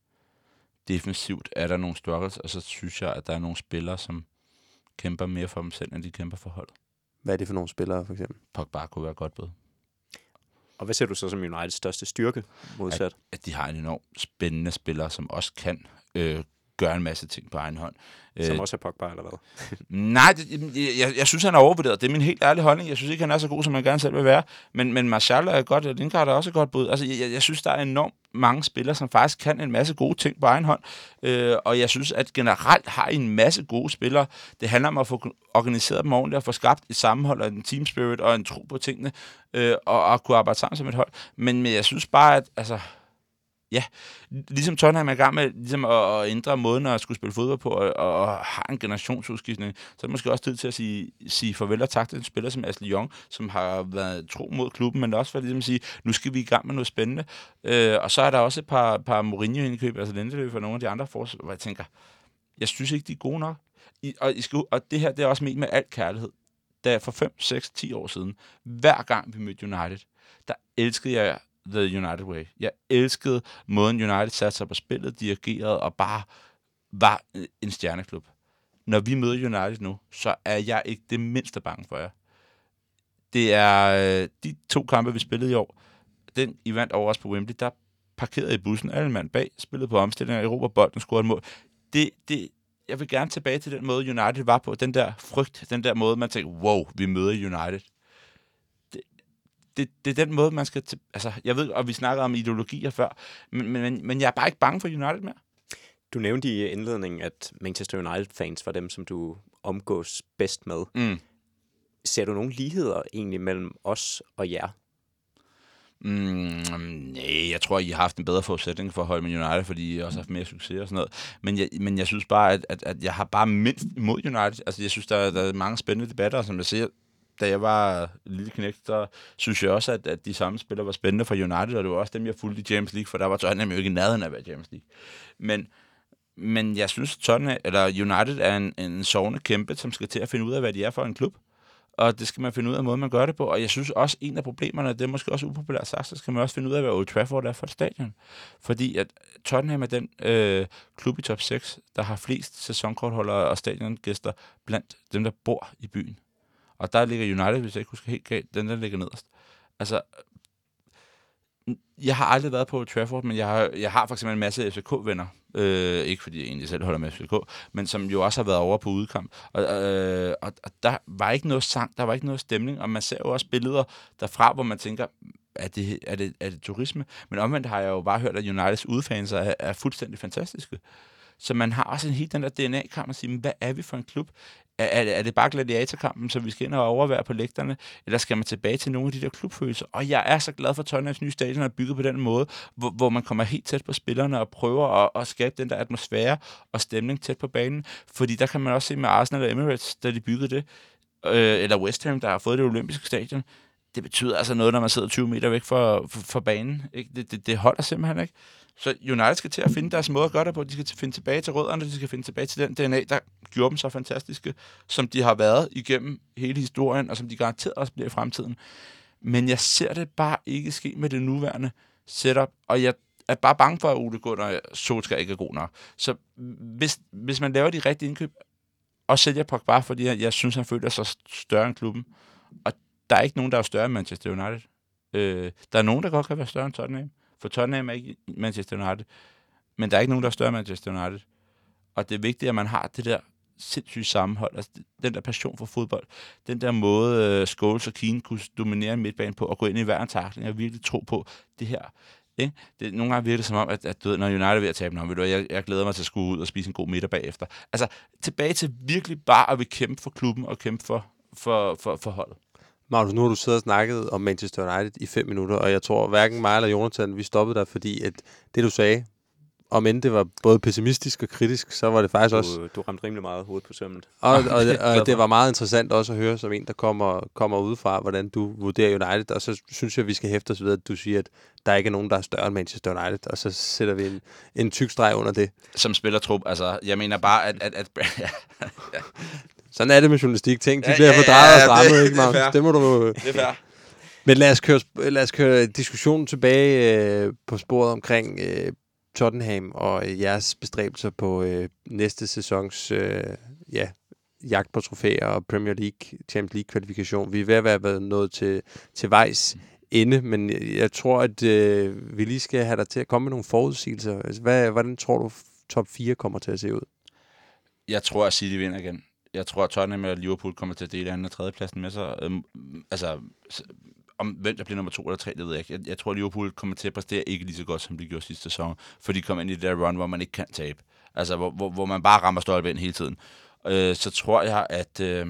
defensivt er der nogle struggles, og så synes jeg, at der er nogle spillere, som kæmper mere for dem selv, end de kæmper for holdet. Hvad er det for nogle spillere, for eksempel? Pogba kunne være godt bud. Og hvad ser du så som Uniteds største styrke modsat? At, at de har en enormt spændende spillere, som også kan øh, gøre en masse ting på egen hånd. Som øh, også er Pogba, eller hvad? Nej, det, jeg, jeg synes, han er overvurderet. Det er min helt ærlige holdning. Jeg synes ikke, han er så god, som han gerne selv vil være. Men, men Martial er godt, og Lingard er også et godt bud. Altså, jeg, jeg synes, der er enormt mange spillere, som faktisk kan en masse gode ting på egen hånd. Øh, og jeg synes, at generelt har I en masse gode spillere. Det handler om at få organiseret dem ordentligt, og få skabt et sammenhold og en team spirit og en tro på tingene, øh, og, og kunne arbejde sammen som et hold. Men, men jeg synes bare, at altså, ja, ligesom Tottenham er i gang med ligesom at, at ændre måden at skulle spille fodbold på, og, og har en generationsudskiftning, så er det måske også tid til at sige, sige farvel og tak til en spiller som Ashley Young, som har været tro mod klubben, men også for ligesom at sige, nu skal vi i gang med noget spændende. Øh, og så er der også et par, par Mourinho-indkøb, altså Lindeløf og nogle af de andre forsvar, hvor jeg tænker, jeg synes ikke, de er gode nok. I, og, I skal, og det her, det er også ment med al kærlighed. Da for fem, seks, ti år siden, hver gang vi mødte United, der elskede jeg The United Way. Jeg elskede måden United satte sig på spillet, dirigerede og bare var en stjerneklub. Når vi møder United nu, så er jeg ikke det mindste bange for jer. Det er de to kampe, vi spillede i år. Den, I vandt over os på Wembley, der parkerede i bussen, alle mand bag, spillede på omstillinger, Europa bolden, scorede et mål. Det, det, jeg vil gerne tilbage til den måde, United var på. Den der frygt, den der måde, man tænker, wow, vi møder United. Det, det er den måde, man skal... Til, altså, jeg ved, og vi snakkede om ideologier før, men, men, men jeg er bare ikke bange for United mere. Du nævnte i indledningen, at Manchester United-fans var dem, som du omgås bedst med. Mm. Ser du nogle ligheder egentlig mellem os og jer? Mm, nej, jeg tror, I har haft en bedre forudsætning for at holde med United, fordi I også har haft mere succes og sådan noget. Men jeg, men jeg synes bare, at, at, at jeg har bare mindst imod United. Altså, jeg synes, der, der er mange spændende debatter, som jeg siger... Da jeg var en lille knægt, så synes jeg også, at, at de samme spillere var spændende for United, og det var også dem, jeg fulgte i Champions League, for der var Tottenham jo ikke i nærheden af at være Champions League. Men, Men jeg synes, Tottenham, eller United er en, en sovende kæmpe, som skal til at finde ud af, hvad de er for en klub. Og det skal man finde ud af måden, man gør det på. Og jeg synes også, en af problemerne, det er måske også upopulært sagt, så skal man også finde ud af, hvad Old Trafford er for et stadion. Fordi at Tottenham er den øh, klub i top seks, der har flest sæsonkortholdere og stadiongæster blandt dem, der bor i byen. Og der ligger United, hvis jeg ikke husker helt galt, den der ligger nederst. Altså, jeg har aldrig været på Old Trafford, men jeg har, jeg har for eksempel en masse F C K-venner. Øh, ikke fordi jeg egentlig selv holder med F C K, men som jo også har været over på udekamp. Og, øh, og, og der var ikke noget sang, der var ikke noget stemning, og man ser jo også billeder derfra, hvor man tænker, er det, er det, er det turisme? Men omvendt har jeg jo bare hørt, at Uniteds udefans er, er fuldstændig fantastiske. Så man har også en helt den der D N A-kamp at sige, hvad er vi for en klub? Er, er, det, er det bare gladiatorkampen, så vi skal ind og overvære på lægterne, eller skal man tilbage til nogle af de der klubfølelser? Og jeg er så glad for, at Tottenhams nye stadion er bygget på den måde, hvor, hvor man kommer helt tæt på spillerne og prøver at, at skabe den der atmosfære og stemning tæt på banen. Fordi der kan man også se med Arsenal og Emirates, da de byggede det, øh, eller West Ham, der har fået det olympiske stadion. Det betyder altså noget, når man sidder tyve meter væk fra, fra, fra banen. Ikke? Det, det, det holder simpelthen ikke. Så United skal til at finde deres måde at gøre det på. De skal finde tilbage til rødderne, de skal finde tilbage til den D N A, der gjorde dem så fantastiske, som de har været igennem hele historien, og som de garanteret også bliver i fremtiden. Men jeg ser det bare ikke ske med det nuværende setup, og jeg er bare bange for, at Ole Gunnar Solskjaer ikke er god nok. Så hvis, hvis man laver de rigtige indkøb, og sælger Pogba, fordi jeg, jeg synes, han føler sig større end klubben, og der er ikke nogen, der er større end Manchester United. Øh, der er nogen, der godt kan være større end Tottenham. For Tottenham er ikke Manchester United. Men der er ikke nogen, der er større end Manchester United. Og det er vigtigt, at man har det der sindssyge sammenhold. Altså den der passion for fodbold. Den der måde, uh, Scholes og Keane kunne dominere en midtbane på, og gå ind i hver en tackling, og virkelig tro på det her. Ikke? Det, nogle gange virker det som om, at, at du ved, når United er ved at tabe, ved du, jeg, jeg glæder mig til at skulle ud og spise en god middag bagefter. Altså tilbage til virkelig bare at vi kæmpe for klubben og kæmpe for, for, for, for holdet. Magnus, nu har du siddet og snakket om Manchester United i fem minutter, og jeg tror hverken mig eller Jonathan, vi stoppede der, fordi at det du sagde, om end det var både pessimistisk og kritisk, så var det faktisk du, også... Du ramte rimelig meget hovedet på sømmet. Og, og, og, og det var meget interessant også at høre som en, der kommer, kommer udefra, hvordan du vurderer United, og så synes jeg, vi skal hæfte os ved, at du siger, at der ikke er nogen, der er større end Manchester United, og så sætter vi en, en tyk streg under det. Som spillertrup, altså, jeg mener bare, at... at, at ja, ja. Sådan er det med journalistik. Ting, de ja, bliver ja, fordrejet ja, og strammet, det, ikke, Magnus? Det, det må du... Det er fair. Men lad os køre, lad os køre diskussionen tilbage øh, på sporet omkring øh, Tottenham og øh, jeres bestræbelser på øh, næste sæsons øh, ja, jagt på trofæer og Premier League, Champions League-kvalifikation. Vi er ved at være nået til, til vejs ende, men jeg tror, at øh, vi lige skal have dig til at komme med nogle forudsigelser. Altså, hvad, hvordan tror du, top fire kommer til at se ud? Jeg tror, at City vinder igen. Jeg tror, at Tottenham og Liverpool kommer til at dele anden og tredje pladsen med sig. Øhm, altså, om hvem der bliver nummer to eller tre, det ved jeg ikke. Jeg, jeg tror, at Liverpool kommer til at præstere ikke lige så godt, som de gjorde sidste sæson, for de kom ind i det der run, hvor man ikke kan tabe. Altså, hvor, hvor, hvor man bare rammer stolpe ind hele tiden. Øh, så tror jeg, at øh,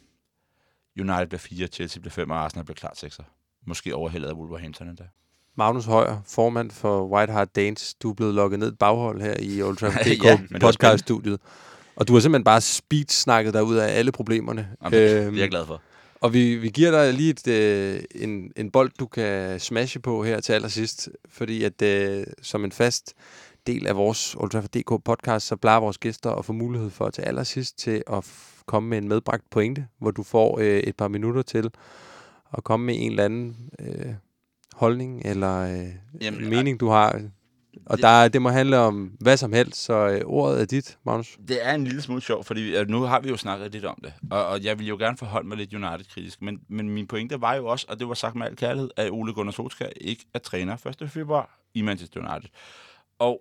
United bliver fire, Chelsea bliver fem, og Arsenal bliver klart sekser. Måske overhældet af Wolverhampton endda. Magnus Højer, formand for White Hart Danes. Du er blevet lukket ned et baghold her i Old Trafford ja, podcast-studiet. Og du har simpelthen bare speed-snakket dig ud af alle problemerne. Jamen, øhm, det er jeg glad for. Og vi, vi giver dig lige et, øh, en, en bold, du kan smashe på her til allersidst. Fordi at øh, som en fast del af vores Old Trafford punktum d k podcast, så plejer vores gæster at få mulighed for til allersidst til at f- komme med en medbragt pointe, hvor du får øh, et par minutter til at komme med en eller anden øh, holdning eller øh, Jamen, mening, du har. Og der, det må handle om hvad som helst, så øh, ordet er dit, Magnus. Det er en lille smule sjovt, fordi øh, nu har vi jo snakket lidt om det, og, og jeg vil jo gerne forholde mig lidt United-kritisk, men, men min pointe var jo også, og det var sagt med al kærlighed, at Ole Gunnar Solskjaer ikke er træner første februar i Manchester United. Og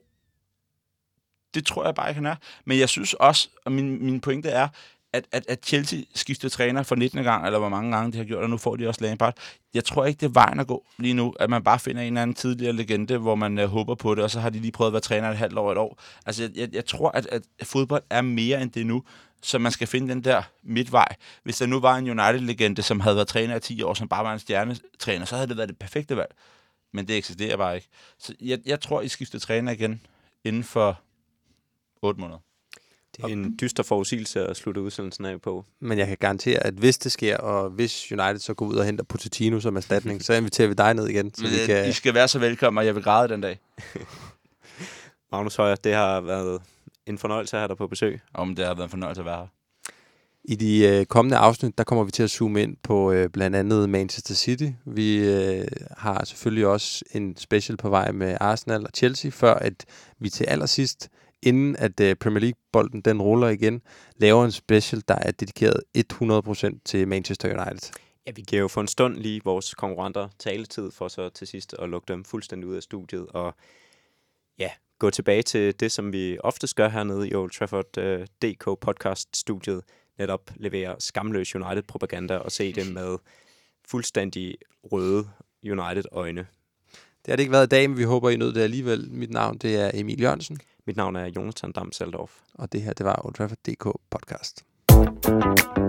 det tror jeg bare ikke, han er. Men jeg synes også, og min, min pointe er, at, at, at Chelsea skifter træner for nittende gang, eller hvor mange gange de har gjort, og nu får de også Lampard. Jeg tror ikke, det er vejen at gå lige nu, at man bare finder en eller anden tidligere legende, hvor man uh, håber på det, og så har de lige prøvet at være træner et halvt år, et år. Altså, jeg, jeg, jeg tror, at, at fodbold er mere end det nu, så man skal finde den der midtvej. Hvis der nu var en United-legende, som havde været træner i ti år, som bare var en stjernetræner, så havde det været det perfekte valg. Men det eksisterer bare ikke. Så jeg, jeg tror, I skifter træner igen inden for otte måneder. Det er en dyster forudsigelse at slutte udsendelsen af på. Men jeg kan garantere, at hvis det sker, og hvis United så går ud og henter Pochettino som erstatning, så inviterer vi dig ned igen. Så Men, vi kan... I skal være så velkommen, og jeg vil græde den dag. Magnus Højer, det har været en fornøjelse at have dig på besøg. Om det har været en fornøjelse at være her. I de øh, kommende afsnit, der kommer vi til at zoome ind på øh, blandt andet Manchester City. Vi øh, har selvfølgelig også en special på vej med Arsenal og Chelsea, før at vi til allersidst, inden at øh, Premier League-bolden den ruller igen, laver en special, der er dedikeret hundrede procent til Manchester United. Ja, vi giver jo for en stund lige vores konkurrenter taletid for så til sidst at lukke dem fuldstændig ud af studiet og ja, gå tilbage til det, som vi oftest gør hernede i Old Trafford punktum d k podcast-studiet, netop levere skamløs United-propaganda og se det med fuldstændig røde United-øjne. Det har det ikke været i dag, men vi håber, I nød det alligevel. Mit navn, det er Emil Jørgensen. Mit navn er Jonathan Dam-Saldorf. Og det her, det var Old Trafford punktum d k podcast.